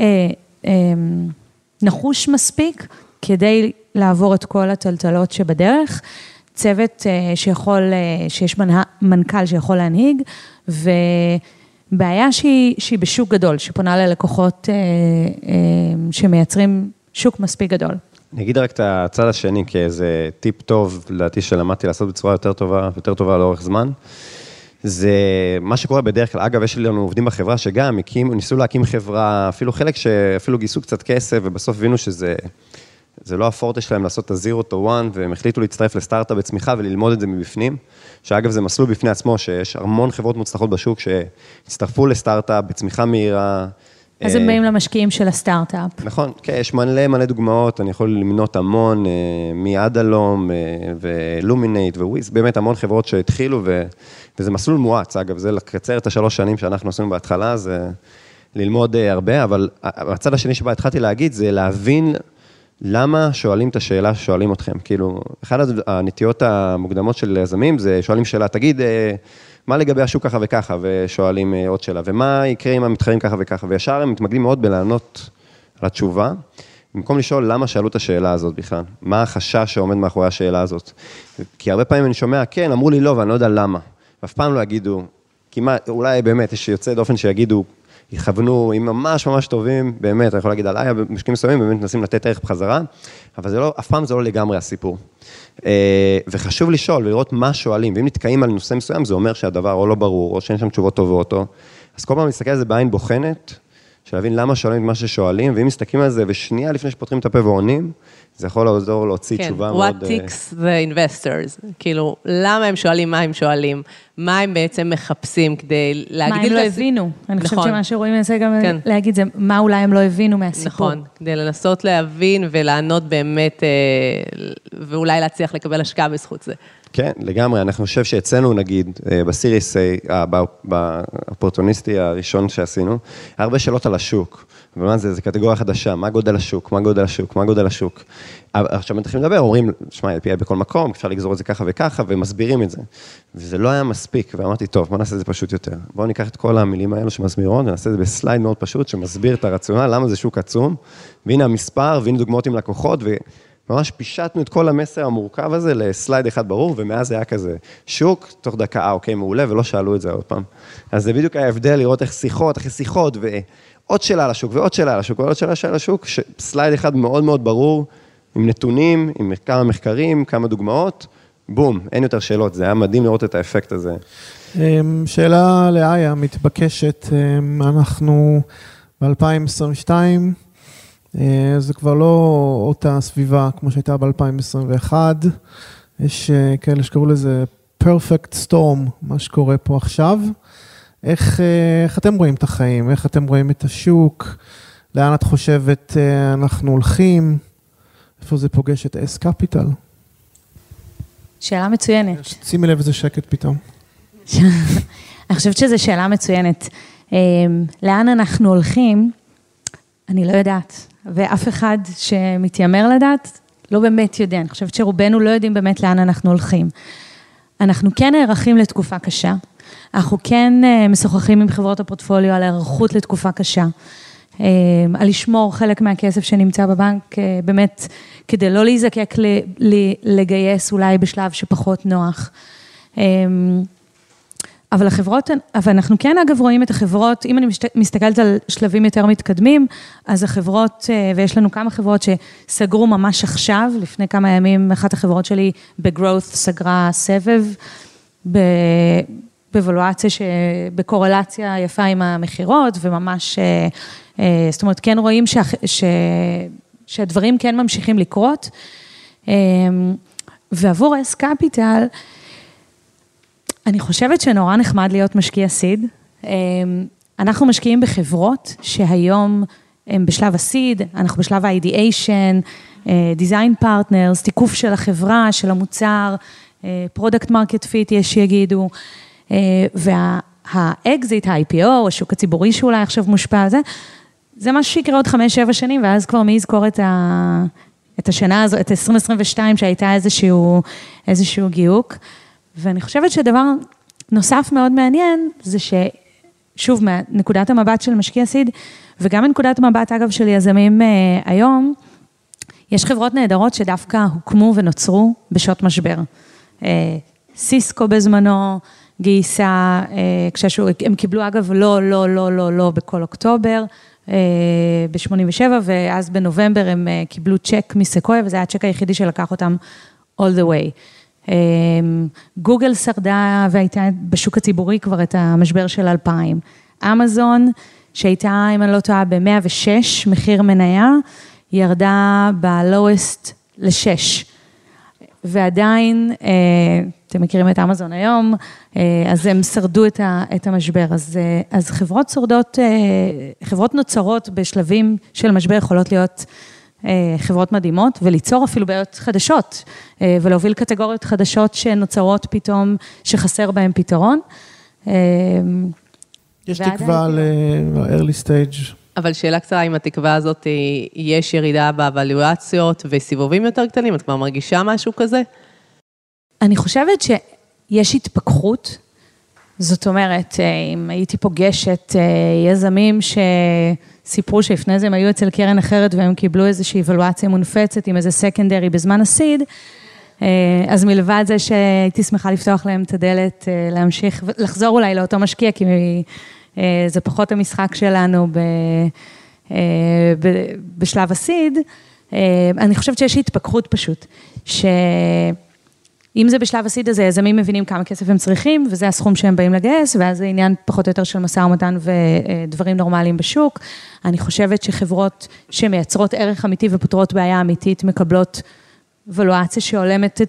נחוש מספיק כדי לעבור את כל הטלטלות שבדרך, צוות שיש מנכ"ל שיכול להנהיג, ובעיה שהיא בשוק גדול, שפונה ללקוחות שמייצרים שוק מספיק גדול. אני אגיד רק את הצד השני, כאיזה טיפ טוב, לדעתי שלמדתי לעשות בצורה יותר טובה לאורך זמן, זה מה שקורה בדרך כלל. אגב, יש לנו עובדים בחברה שגם ניסו להקים חברה, אפילו חלק שאפילו גייסו קצת כסף, ובסוף הבינו שזה לא הפורטה שלהם לעשות את ה-zero to one, והם החליטו להצטרף לסטארט-אפ בצמיחה וללמוד את זה מבפנים, שאגב זה מסלול בפני עצמו, שיש המון חברות מוצלחות בשוק שהצטרפו לסטארט-אפ בצמיחה מהירה. אז הם באים למשקיעים של הסטארט-אפ. נכון, כן, יש מלא דוגמאות, אני יכול למנות המון, מאדלום ולומינט וויז, באמת המון חברות שהתחילו, וזה מסלול מואץ, אגב, זה לקצר את 3 שנים שאנחנו עושים בהתחלה, זה ללמוד הרבה, אבל הצד השני שבה התחלתי להגיד, זה להבין למה שואלים את השאלה ששואלים אתכם. כאילו, אחת הנטיות המוקדמות של יזמים, זה שואלים שאלה, תגיד, מה לגבי השוק ככה וככה, ושואלים עוד שאלה, ומה יקרה אם המתחרים ככה וככה, וישר הם מתמקדים מאוד בלענות על התשובה, במקום לשאול למה שאלו את השאלה הזאת בכלל, מה החשש שעומד מאחורי השאלה הזאת. כי הרבה פעמים אני שומע, כן, אמרו לי לא, ואני לא יודע למה. ואף פעם לא יגידו, אולי באמת יש יוצא דופן שיגידו, יכוונו, אם ממש טובים, באמת, אני יכול להגיד עליי, במשקיעים מסוימים, באמת מנסים לתת ערך בחזרה, אבל אף פעם זה לא לגמרי הסיפור. וחשוב לשאול ולראות מה שואלים, ואם נתקעים על נושא מסוים, זה אומר שהדבר או לא ברור, או שאין שם תשובות טובות, אז כל פעם להסתכל על זה בעין בוחנת, שלהבין למה שואלים את מה ששואלים, ואם מסתכלים על זה, ושנייה לפני שפותרים את הפה ועונים, זה יכול לעזור להוציא תשובה מאוד... What ticks the investors? כאילו, למה הם שואלים, מה הם שואלים? מה הם בעצם מחפשים כדי להגדיל... מה הם לא הבינו? אני חושבת שמה שרואים מנסה גם להגיד זה, מה אולי הם לא הבינו מהסיפור. נכון, כדי לנסות להבין ולענות באמת, ואולי להצליח לקבל השקעה בזכות זה. כן, לגמרי. אנחנו חושב שאצלנו, נגיד, בסיריס, באופורטוניסטי הראשון שעשינו, הרבה שאלות על השוק. ומה זה קטגוריה חדשה, מה גודל השוק, מה גודל השוק, מה גודל השוק. עכשיו מתחילים לדבר, אומרים, שמע, LPI בכל מקום, אפשר לגזור את זה ככה וככה, ומסבירים את זה. וזה לא היה מספיק, ואמרתי, טוב, בוא נעשה את זה פשוט יותר. בואו ניקח את כל המילים האלו שמסבירות, ונעשה את זה בסלייד מאוד פשוט, שמסביר את הרציונל, למה זה שוק עצום, והנה המספר, והנה דוגמאות עם לקוחות, ממש פישטנו את כל המסר המורכב הזה לסלייד אחד ברור, ומאז זה היה כזה שוק, תוך דקה, אוקיי, מעולה, ולא שאלו את זה עוד פעם. אז זה בדיוק ההבדל לראות איך שיחות, אחרי שיחות, ועוד שאלה על השוק, ועוד שאלה על השוק, ועוד שאלה על השוק, סלייד אחד מאוד מאוד ברור, עם נתונים, עם כמה מחקרים, כמה דוגמאות, בום, אין יותר שאלות, זה היה מדהים לראות את האפקט הזה. שאלה לאיה, מתבקשת, אנחנו ב-2022, זה כבר לא אותה סביבה כמו שהייתה ב-2021, יש כאלה שקראו לזה perfect storm, מה שקורה פה עכשיו. איך אתם רואים את החיים? איך אתם רואים את השוק? לאן את חושבת אנחנו הולכים? איפה זה פוגש את S-Capital? שאלה מצוינת. שימי לב איזה שקט פתאום. אני חושבת שזו שאלה מצוינת. לאן אנחנו הולכים? אני לא יודעת. ואף אחד שמתיימר לדעת, לא באמת יודע. אני חושבת שרובנו לא יודעים באמת לאן אנחנו הולכים. אנחנו כן נערכים לתקופה קשה, אנחנו כן משוחחים עם חברות הפורטפוליו על הערכות לתקופה קשה, על לשמור חלק מהכסף שנמצא בבנק, באמת, כדי לא להיזקק לגייס אולי בשלב שפחות נוח. אבל אנחנו כן אגב רואים את החברות, אם אני מסתכלת על שלבים יותר מתקדמים, אז החברות, ויש לנו כמה חברות שסגרו ממש עכשיו, לפני כמה ימים, אחת החברות שלי בגרואות סגרה סבב, בוולואציה, בקורלציה יפה עם המחירות, וממש, זאת אומרת, כן רואים שהדברים כן ממשיכים לקרות, ועבור S-Capital, אני חושבת שנורא נחמד להיות משקיע סיד. אנחנו משקיעים בחברות שהיום הם בשלב הסיד, אנחנו בשלב ה-ideation, design partners, תיקוף של החברה, של המוצר, product market fit יש שיגידו, והאקזיט, ה-IPO, השוק הציבורי שאולי עכשיו מושפע, זה משהו שיקרה עוד 5-7 שנים, ואז כבר מי יזכור את השנה הזו, את 2022 שהייתה איזשהו גיוק, ואני חושבת שדבר נוסף מאוד מעניין, זה ששוב, מנקודת המבט של משקיע סיד, וגם מנקודת המבט אגב של יזמים היום, יש חברות נהדרות שדווקא הוקמו ונוצרו בשעות משבר. סיסקו בזמנו גייסה, הם קיבלו אגב לא בכל אוקטובר, ב-87, ואז בנובמבר הם קיבלו צ'ק מסקויה, וזה היה הצ'ק היחידי שלקח אותם all the way. גוגל שרדה והייתה בשוק הציבורי כבר את המשבר של 2000. אמזון, שהייתה, אם אני לא טועה, ב-106 מחיר מניה, ירדה ב-lowest ל-6. ועדיין, אתם מכירים את אמזון היום, אז הם שרדו את המשבר. אז חברות שורדות, חברות נוצרות בשלבים של משבר יכולות להיות חברות מדהימות, וליצור אפילו בעיות חדשות, ולהוביל קטגוריות חדשות שנוצרות פתאום, שחסר בהן פתרון. יש תקווה ל-early stage. אבל שאלה קצרה, אם התקווה הזאת, יש ירידה באבלואציות וסיבובים יותר קטנים, את כבר מרגישה משהו כזה? אני חושבת שיש התפכחות, זאת אומרת, אם הייתי פוגשת יזמים שסיפרו שלפני זה הם היו אצל קרן אחרת והם קיבלו איזושהי אבלואציה מונפצת עם איזה סקנדרי בזמן הסיד, אז מלבד זה שהייתי שמחה לפתוח להם את הדלת, להמשיך, לחזור אולי לאותו משקיע, כי זה פחות המשחק שלנו בשלב הסיד, אני חושבת שיש התפכחות פשוט, אם זה בשלב הסיד הזה, יזמים מבינים כמה כסף הם צריכים, וזה הסכום שהם באים לגייס, ואז זה עניין פחות או יותר של משא ומתן ודברים נורמליים בשוק. אני חושבת שחברות שמייצרות ערך אמיתי ופותרות בעיה אמיתית, מקבלות ולואציה שעולמת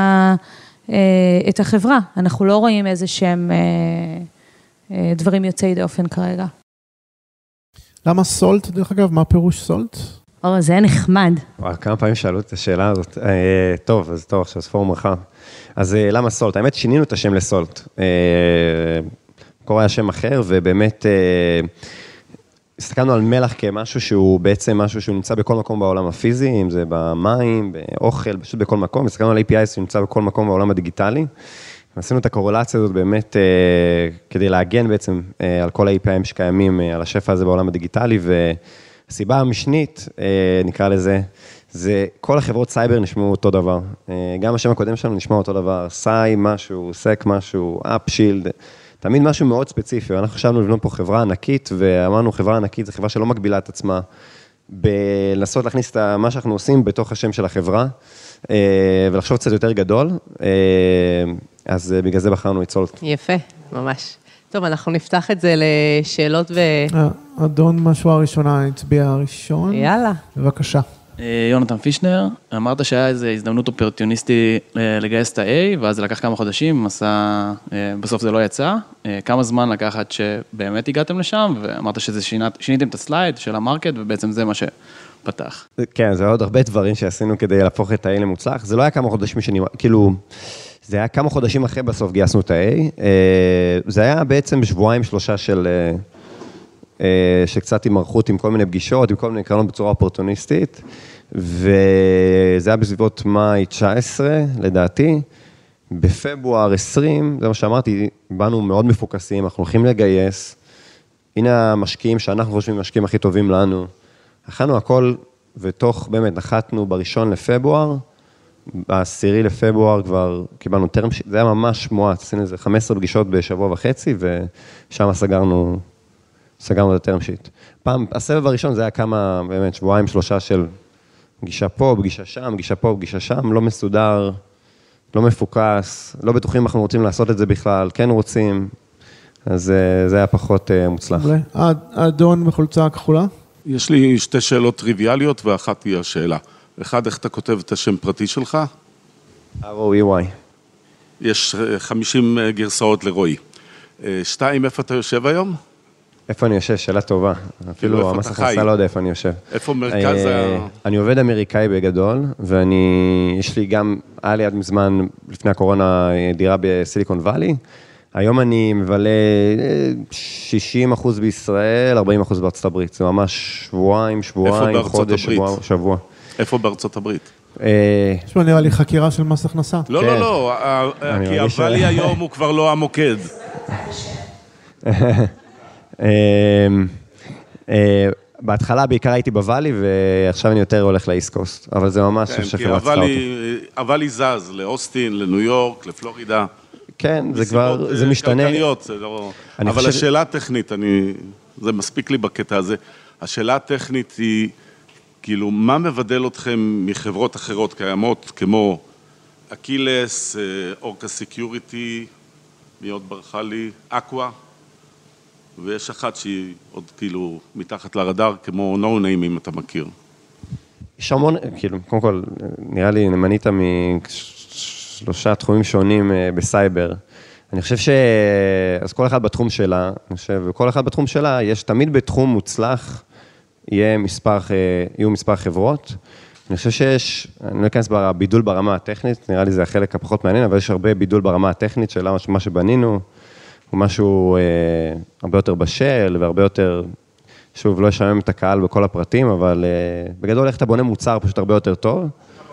את החברה. אנחנו לא רואים איזה שהם דברים יוצאי דופן כרגע. למה סולט, דרך אגב? מה פירוש סולט? זה נחמד. כמה פעמים שאלו את השאלה הזאת. טוב, אז טוב, עכשיו ספורום רחב. אז למה סולט? האמת, שינינו את השם לסולט. קורא היה שם אחר, ובאמת הסתכלנו על מלח כמשהו שהוא בעצם משהו שהוא נמצא בכל מקום בעולם הפיזי, אם זה במים, באוכל, פשוט בכל מקום. הסתכלנו על API שנמצא בכל מקום בעולם הדיגיטלי. עשינו את הקורלציה הזאת באמת כדי להגן בעצם על כל ה-API'ים שקיימים על השפע הזה בעולם הדיגיטלי, הסיבה המשנית, נקרא לזה, זה כל החברות סייבר נשמעו אותו דבר. גם השם הקודם שלנו נשמע אותו דבר, סי משהו, סק משהו, אפשילד, תמיד משהו מאוד ספציפי. אנחנו חשבנו לבנות פה חברה ענקית, ואמרנו חברה ענקית, זו חברה שלא מגבילה את עצמה, בלנסות להכניס את מה שאנחנו עושים בתוך השם של החברה, ולחשוב קצת יותר גדול, אז בגלל זה בחרנו את סולט. יפה, ממש. טוב, אנחנו נפתח את זה לשאלות אדון משהו הראשונה, נצביע הראשון. יאללה. בבקשה. יונתן פישנר, אמרת שהיה איזו הזדמנות אופרטיוניסטי לגייס את ה-A, ואז זה לקח כמה חודשים, בסוף זה לא יצא. כמה זמן לקחת שבאמת הגעתם לשם, ואמרת שזה שיניתם את הסלייד של המרקט, ובעצם זה מה שפתח. כן, זה עוד הרבה דברים שעשינו כדי להפוך את ה-A למוצלח. זה לא היה כמה חודשים כאילו, זה היה כמה חודשים אחרי בסוף גייסנו את ה-A. זה היה בעצם שבועיים שלושה של קצת התמרחות עם כל מיני פגישות, עם כל מיני קרנות בצורה אופורטוניסטית, וזה היה בסביבות מאי 19, לדעתי, בפברואר 20, זה מה שאמרתי, באנו מאוד מפוקסים, אנחנו הולכים לגייס, הנה המשקיעים שאנחנו חושבים המשקיעים הכי טובים לנו, הכנו הכל, ותוך באמת נחתנו בראשון לפברואר, ב10 לפברואר כבר קיבלנו טרם שיט, זה היה ממש מועט, עשינו איזה 15 פגישות בשבוע וחצי, ושם סגרנו את הטרם שיט. פעם, הסבב הראשון זה היה כמה, באמת, שבועיים, 3 של פגישה פה, פגישה שם, פגישה פה, פגישה שם, לא מסודר, לא מפוקס, לא בטוחים אנחנו רוצים לעשות את זה בכלל, כן רוצים, אז זה היה פחות מוצלח. האדון בחולצה הכחולה? יש לי 2 שאלות טריוויאליות, ואחת היא השאלה. אחד, איך אתה כותב את השם פרטי שלך? ROEY. יש 50 גרסאות לרועי. 2, איפה אתה יושב היום? איפה אני יושב? שאלה טובה. אפילו המס הכנסה לא יודע איפה אני יושב. איפה מרכז אני עובד אמריקאי בגדול, יש לי גם, היה לי עד מזמן, לפני הקורונה, דירה בסיליקון ואלי. היום אני מבלה 60% בישראל, 40% בארצות הברית. זה ממש שבועיים, חודש, שבוע. איפה בארצות הברית? יש פה נראה לי חקירה של מס הכנסה. לא, כי הוואלי היום הוא כבר לא המוקד. בהתחלה בעיקר הייתי בוואלי, ועכשיו אני יותר הולך לאיסט קוסט, אבל זה ממש שחברה צריכה אותי. הוואלי זז לאוסטין, לניו יורק, לפלורידה. כן, זה כבר, זה משתנה. אבל השאלה הטכנית, זה מספיק לי בקטע הזה, השאלה הטכנית היא, כאילו, מה מבדל אתכם מחברות אחרות קיימות, כמו אקילס, אורקה סקיוריטי, מי עוד ברכה לי, אקווה, ויש אחת שהיא עוד כאילו מתחת לרדאר, כמו No Name, אם אתה מכיר. יש המון, כאילו, קודם כל, נראה לי נמנית מ3 תחומים שונים בסייבר. אני חושב אז כל אחד בתחום שלה, אני חושב, וכל אחד בתחום שלה, יש תמיד בתחום מוצלח, יהיו מספר חברות. אני חושב אני לא אכנס בבידול ברמה הטכנית, נראה לי זה החלק הפחות מעניין, אבל יש הרבה בידול ברמה הטכנית של מה שבנינו, הוא משהו הרבה יותר בשל, והרבה יותר, שוב, לא ישמם את הקהל בכל הפרטים, אבל בגדול איך אתה בונה מוצר פשוט הרבה יותר טוב.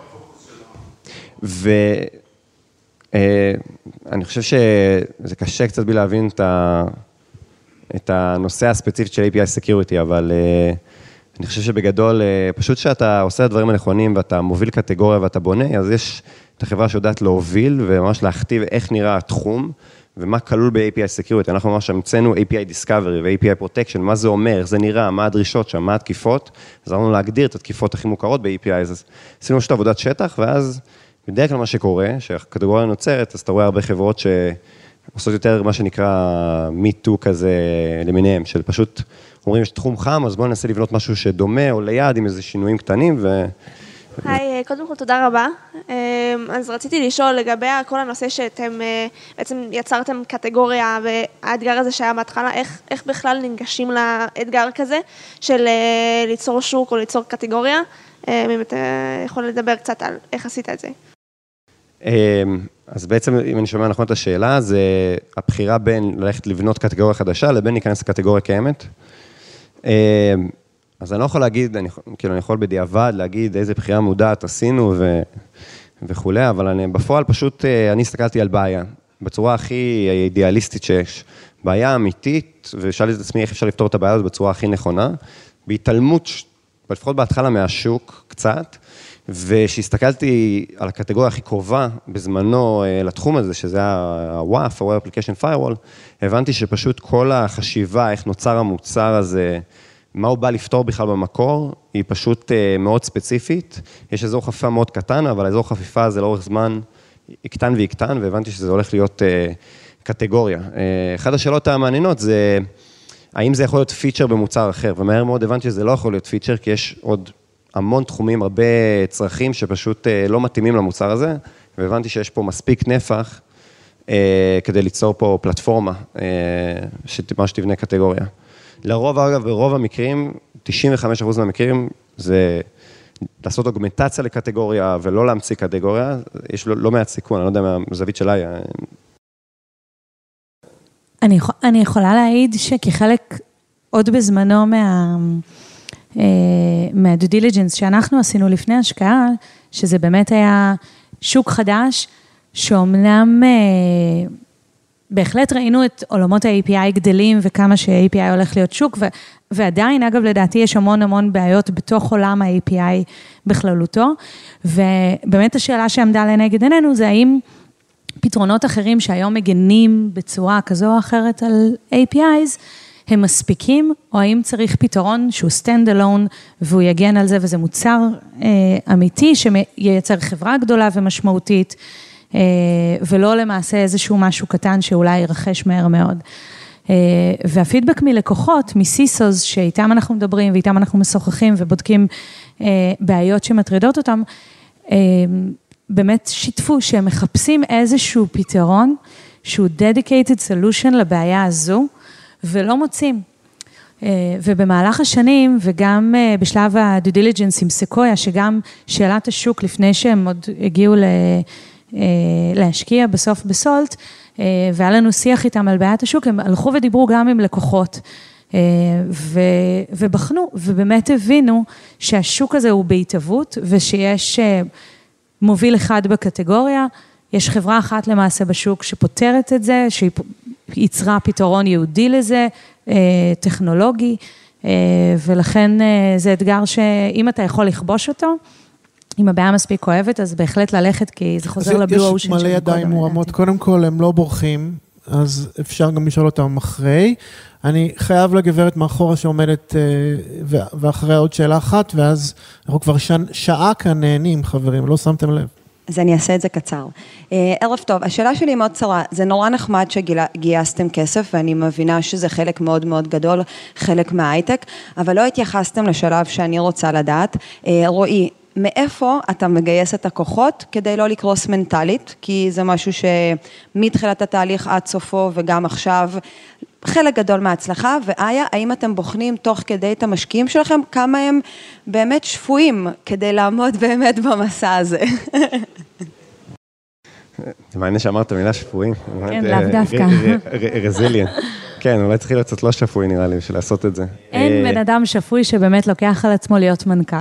ואני חושב שזה קשה קצת בי להבין את הנושא הספציפית של API Security, אבל אני חושב שבגדול, פשוט שאתה עושה את הדברים הנכונים, ואתה מוביל קטגוריה ואתה בונה, אז יש את החברה שיודעת להוביל, וממש להכתיב איך נראה התחום, ומה כלול ב-API Security. אנחנו ממש המצאנו API Discovery ו-API Protection, מה זה אומר, איך זה נראה, מה הדרישות שם, מה התקיפות, אז אנחנו להגדיר את התקיפות הכי מוכרות ב-API, אז עשינו פשוט עבודת שטח, ואז בדרך כלל מה שקורה, שהקטגוריה נוצרת, אז אתה רואה הרבה חברות שעושות יותר מה שנקרא Me Too כזה למיניהם, של פשוט אומרים, יש תחום חם, אז בואו ננסה לבנות משהו שדומה או ליד עם איזה שינויים קטנים, היי, קודם כל תודה רבה. אז רציתי לשאול לגבי כל הנושא שאתם בעצם יצרתם קטגוריה, והאתגר הזה שהיה בהתחלה, איך בכלל ניגשים לאתגר כזה של ליצור שוק או ליצור קטגוריה? אם אתה יכול לדבר קצת על איך עשית את זה. אז בעצם, אם אני שומע נכון את השאלה, זה הבחירה בין ללכת לבנות קטגוריה חדשה, לבין להיכנס לקטגוריה קיימת. אז אני לא יכול להגיד, כאילו אני יכול בדיעבד להגיד איזה בחירה מודעת עשינו וכו', אבל בפועל פשוט, אני הסתכלתי על בעיה, בצורה הכי אידיאליסטית שיש, בעיה אמיתית, ושאלתי את עצמי איך אפשר לפתור את הבעיה הזאת בצורה הכי נכונה, בהתעלמות, לפחות בהתחלה מהשוק קצת, ושהסתכלתי על הקטגוריה הכי קרובה בזמנו לתחום הזה, שזה ה-WAF, ה-Web Application Firewall, הבנתי שפשוט כל החשיבה, איך נוצר המוצר הזה, מה הוא בא לפתור בכלל במקור, היא פשוט מאוד ספציפית. יש אזור חפיפה מאוד קטן, אבל האזור חפיפה הזה לאורך זמן יקטן ויקטן, והבנתי שזה הולך להיות קטגוריה. אחת השאלות המעניינות זה, האם זה יכול להיות פיצ'ר במוצר אחר, ומהר מאוד הבנתי שזה לא יכול להיות פיצ'ר, כי יש עוד המון תחומים, הרבה צרכים שפשוט לא מתאימים למוצר הזה, והבנתי שיש פה מספיק נפח כדי ליצור פה פלטפורמה שתבנה קטגוריה. לרוב, אגב, ברוב המקרים, 95% מהמקרים, זה לעשות אוגמנטציה לקטגוריה ולא להמציא קטגוריה, יש לא מעט סיכון, אני לא יודע מהזווית שלה. אני יכולה להעיד שכחלק עוד בזמנו מה-due diligence שאנחנו עשינו לפני השקעה, שזה באמת היה שוק חדש, שאומנם בהחלט ראינו את עולמות ה-API גדלים וכמה שה-API הולך להיות שוק, ועדיין, אגב, לדעתי יש המון בעיות בתוך עולם ה-API בכללותו, ובאמת השאלה שעמדה לנגד עינינו זה האם פתרונות אחרים שהיום מגנים בצורה כזו או אחרת על APIs, הם מספיקים, או האם צריך פתרון שהוא stand alone, והוא יגן על זה, וזה מוצר אמיתי, שייצר חברה גדולה ומשמעותית, ולא למעשה איזשהו משהו קטן, שאולי ירחש מהר מאוד. והפידבק מלקוחות, מסיסוס, שאיתם אנחנו מדברים, ואיתם אנחנו משוחחים, ובודקים בעיות שמטרידות אותם, באמת שיתפו שהם מחפשים איזשהו פתרון, שהוא dedicated solution לבעיה הזו, ולא מוצאים. ובמהלך השנים, וגם בשלב ה-due diligence עם סקויה, שגם שאלת השוק, לפני שהם עוד הגיעו להשקיע בסוף בסולט, והיה לנו שיח איתם על בעיית השוק, הם הלכו ודיברו גם עם לקוחות, ובחנו, ובאמת הבינו שהשוק הזה הוא בהתהוות, ושיש מוביל אחד בקטגוריה, יש חברה אחת למעשה בשוק שפותרת את זה, שהיא יצרה פתרון יהודי לזה, טכנולוגי, ולכן זה אתגר שאם אתה יכול לכבוש אותו, אם הבעיה מספיק כואבת, אז בהחלט ללכת, כי זה חוזר לבלו אושן. יש מלא ידיים מורמות, קודם כל הם לא בורחים, אז אפשר גם לשאול אותם אחרי. אני חייב לגברת מאחורה שעומדת, ואחרי עוד שאלה אחת, ואז אנחנו כבר שעה כאן נהנים, חברים, לא שמתם לב. אז אני אעשה את זה קצר. ערב טוב, השאלה שלי מאוד צרה, זה נורא נחמד שגייסתם כסף, ואני מבינה שזה חלק מאוד מאוד גדול, חלק מההייטק, אבל לא התייחסתם לשלב שאני רוצה לדעת. רועי, מאיפה אתה מגייס את הכוחות כדי לא לקרוס מנטלית, כי זה משהו שמתחילת התהליך עד סופו וגם עכשיו, חלק גדול מההצלחה, ואיה, האם אתם בוחנים תוך כדי את המשקיעים שלכם, כמה הם באמת שפויים כדי לעמוד באמת במסע הזה? זה מעניין שאמרת מילה שפויים. כן, לאו דווקא. רזיליאן. כן, אולי צריכים קצת לא שפוי נראה לי, בשביל לעשות את זה. אין בן אדם שפוי שבאמת לוקח על עצמו להיות מנכ"ל.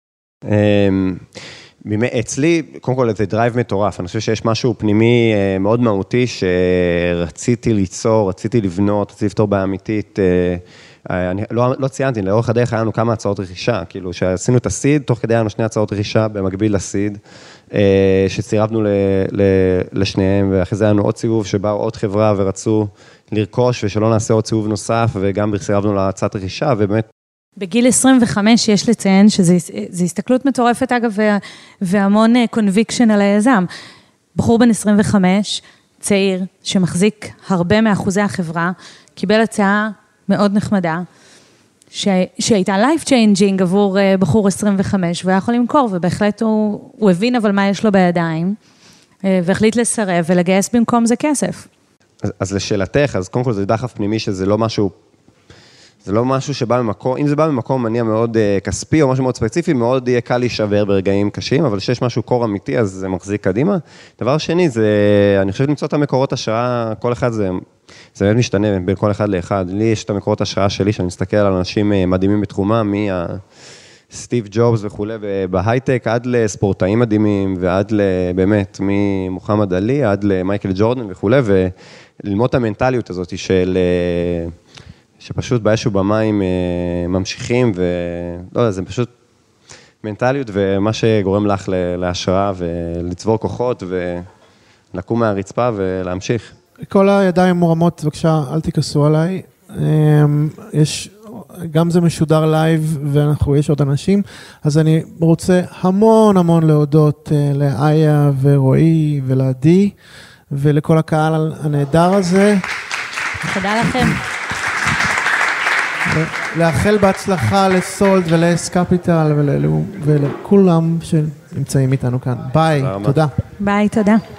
אצלי, קודם כל, זה דרייב מטורף. אני חושב שיש משהו פנימי מאוד מהותי שרציתי ליצור, רציתי לבנות, רציתי לפתור בעיה אמיתית. אני לא ציינתי, לאורך הדרך היה לנו כמה הצעות רכישה, כאילו שעשינו את הסיד, תוך כדי היה לנו 2 הצעות רכישה במקביל לסיד, שצירבנו לשניהם, ואחרי זה היה לנו עוד סיבוב שבאו עוד חברה ורצו לרכוש, ושלא נעשה עוד סיבוב נוסף, וגם צירבנו להצעת רכישה, ובאמת בגיל 25 יש לציין שזו הסתכלות מטורפת אגב, והמון קונביקשן על היזם. בחור בן 25, צעיר, שמחזיק הרבה מאחוזי החברה, קיבל הצעה מאוד נחמדה, שהייתה life changing עבור בחור 25, והוא היה יכול למכור, ובהחלט הוא הבין אבל מה יש לו בידיים, והחליט לסרב ולגייס במקום זה כסף. אז לשאלתך, אז קודם כל זה דחף פנימי שזה לא משהו, זה לא משהו שבא ממקום, אם זה בא ממקום מניע מאוד כספי או משהו מאוד ספציפי, מאוד יהיה קל להישבר ברגעים קשים, אבל שיש משהו קור אמיתי, אז זה מחזיק קדימה. דבר שני, זה, אני חושב למצוא את המקורות השראה, כל אחד זה באמת משתנה בין כל אחד לאחד. לי יש את המקורות השראה שלי, שאני מסתכל על אנשים מדהימים בתחומם, סטיב ג'ובס וכו' בהייטק, עד לספורטאים מדהימים, ועד באמת, ממוחמד עלי, עד למייקל ג'ורדן וכו', וללמוד את המנטליות הזאת שפשוט באיזשהו במים ממשיכים, ולא יודע, זה פשוט מנטליות, ומה שגורם לך להשראה, ולצבור כוחות, ולקום מהרצפה, ולהמשיך. כל הידיים מורמות, בבקשה, אל תיכנסו עליי. גם זה משודר לייב, ויש עוד אנשים, אז אני רוצה המון להודות לאיה ורועי ולעדי, ולכל הקהל הנהדר הזה. תודה לכם. לאחל בהצלחה לסולט ולאס קפיטל ולכולם שנמצאים איתנו כאן. ביי, תודה. ביי, תודה.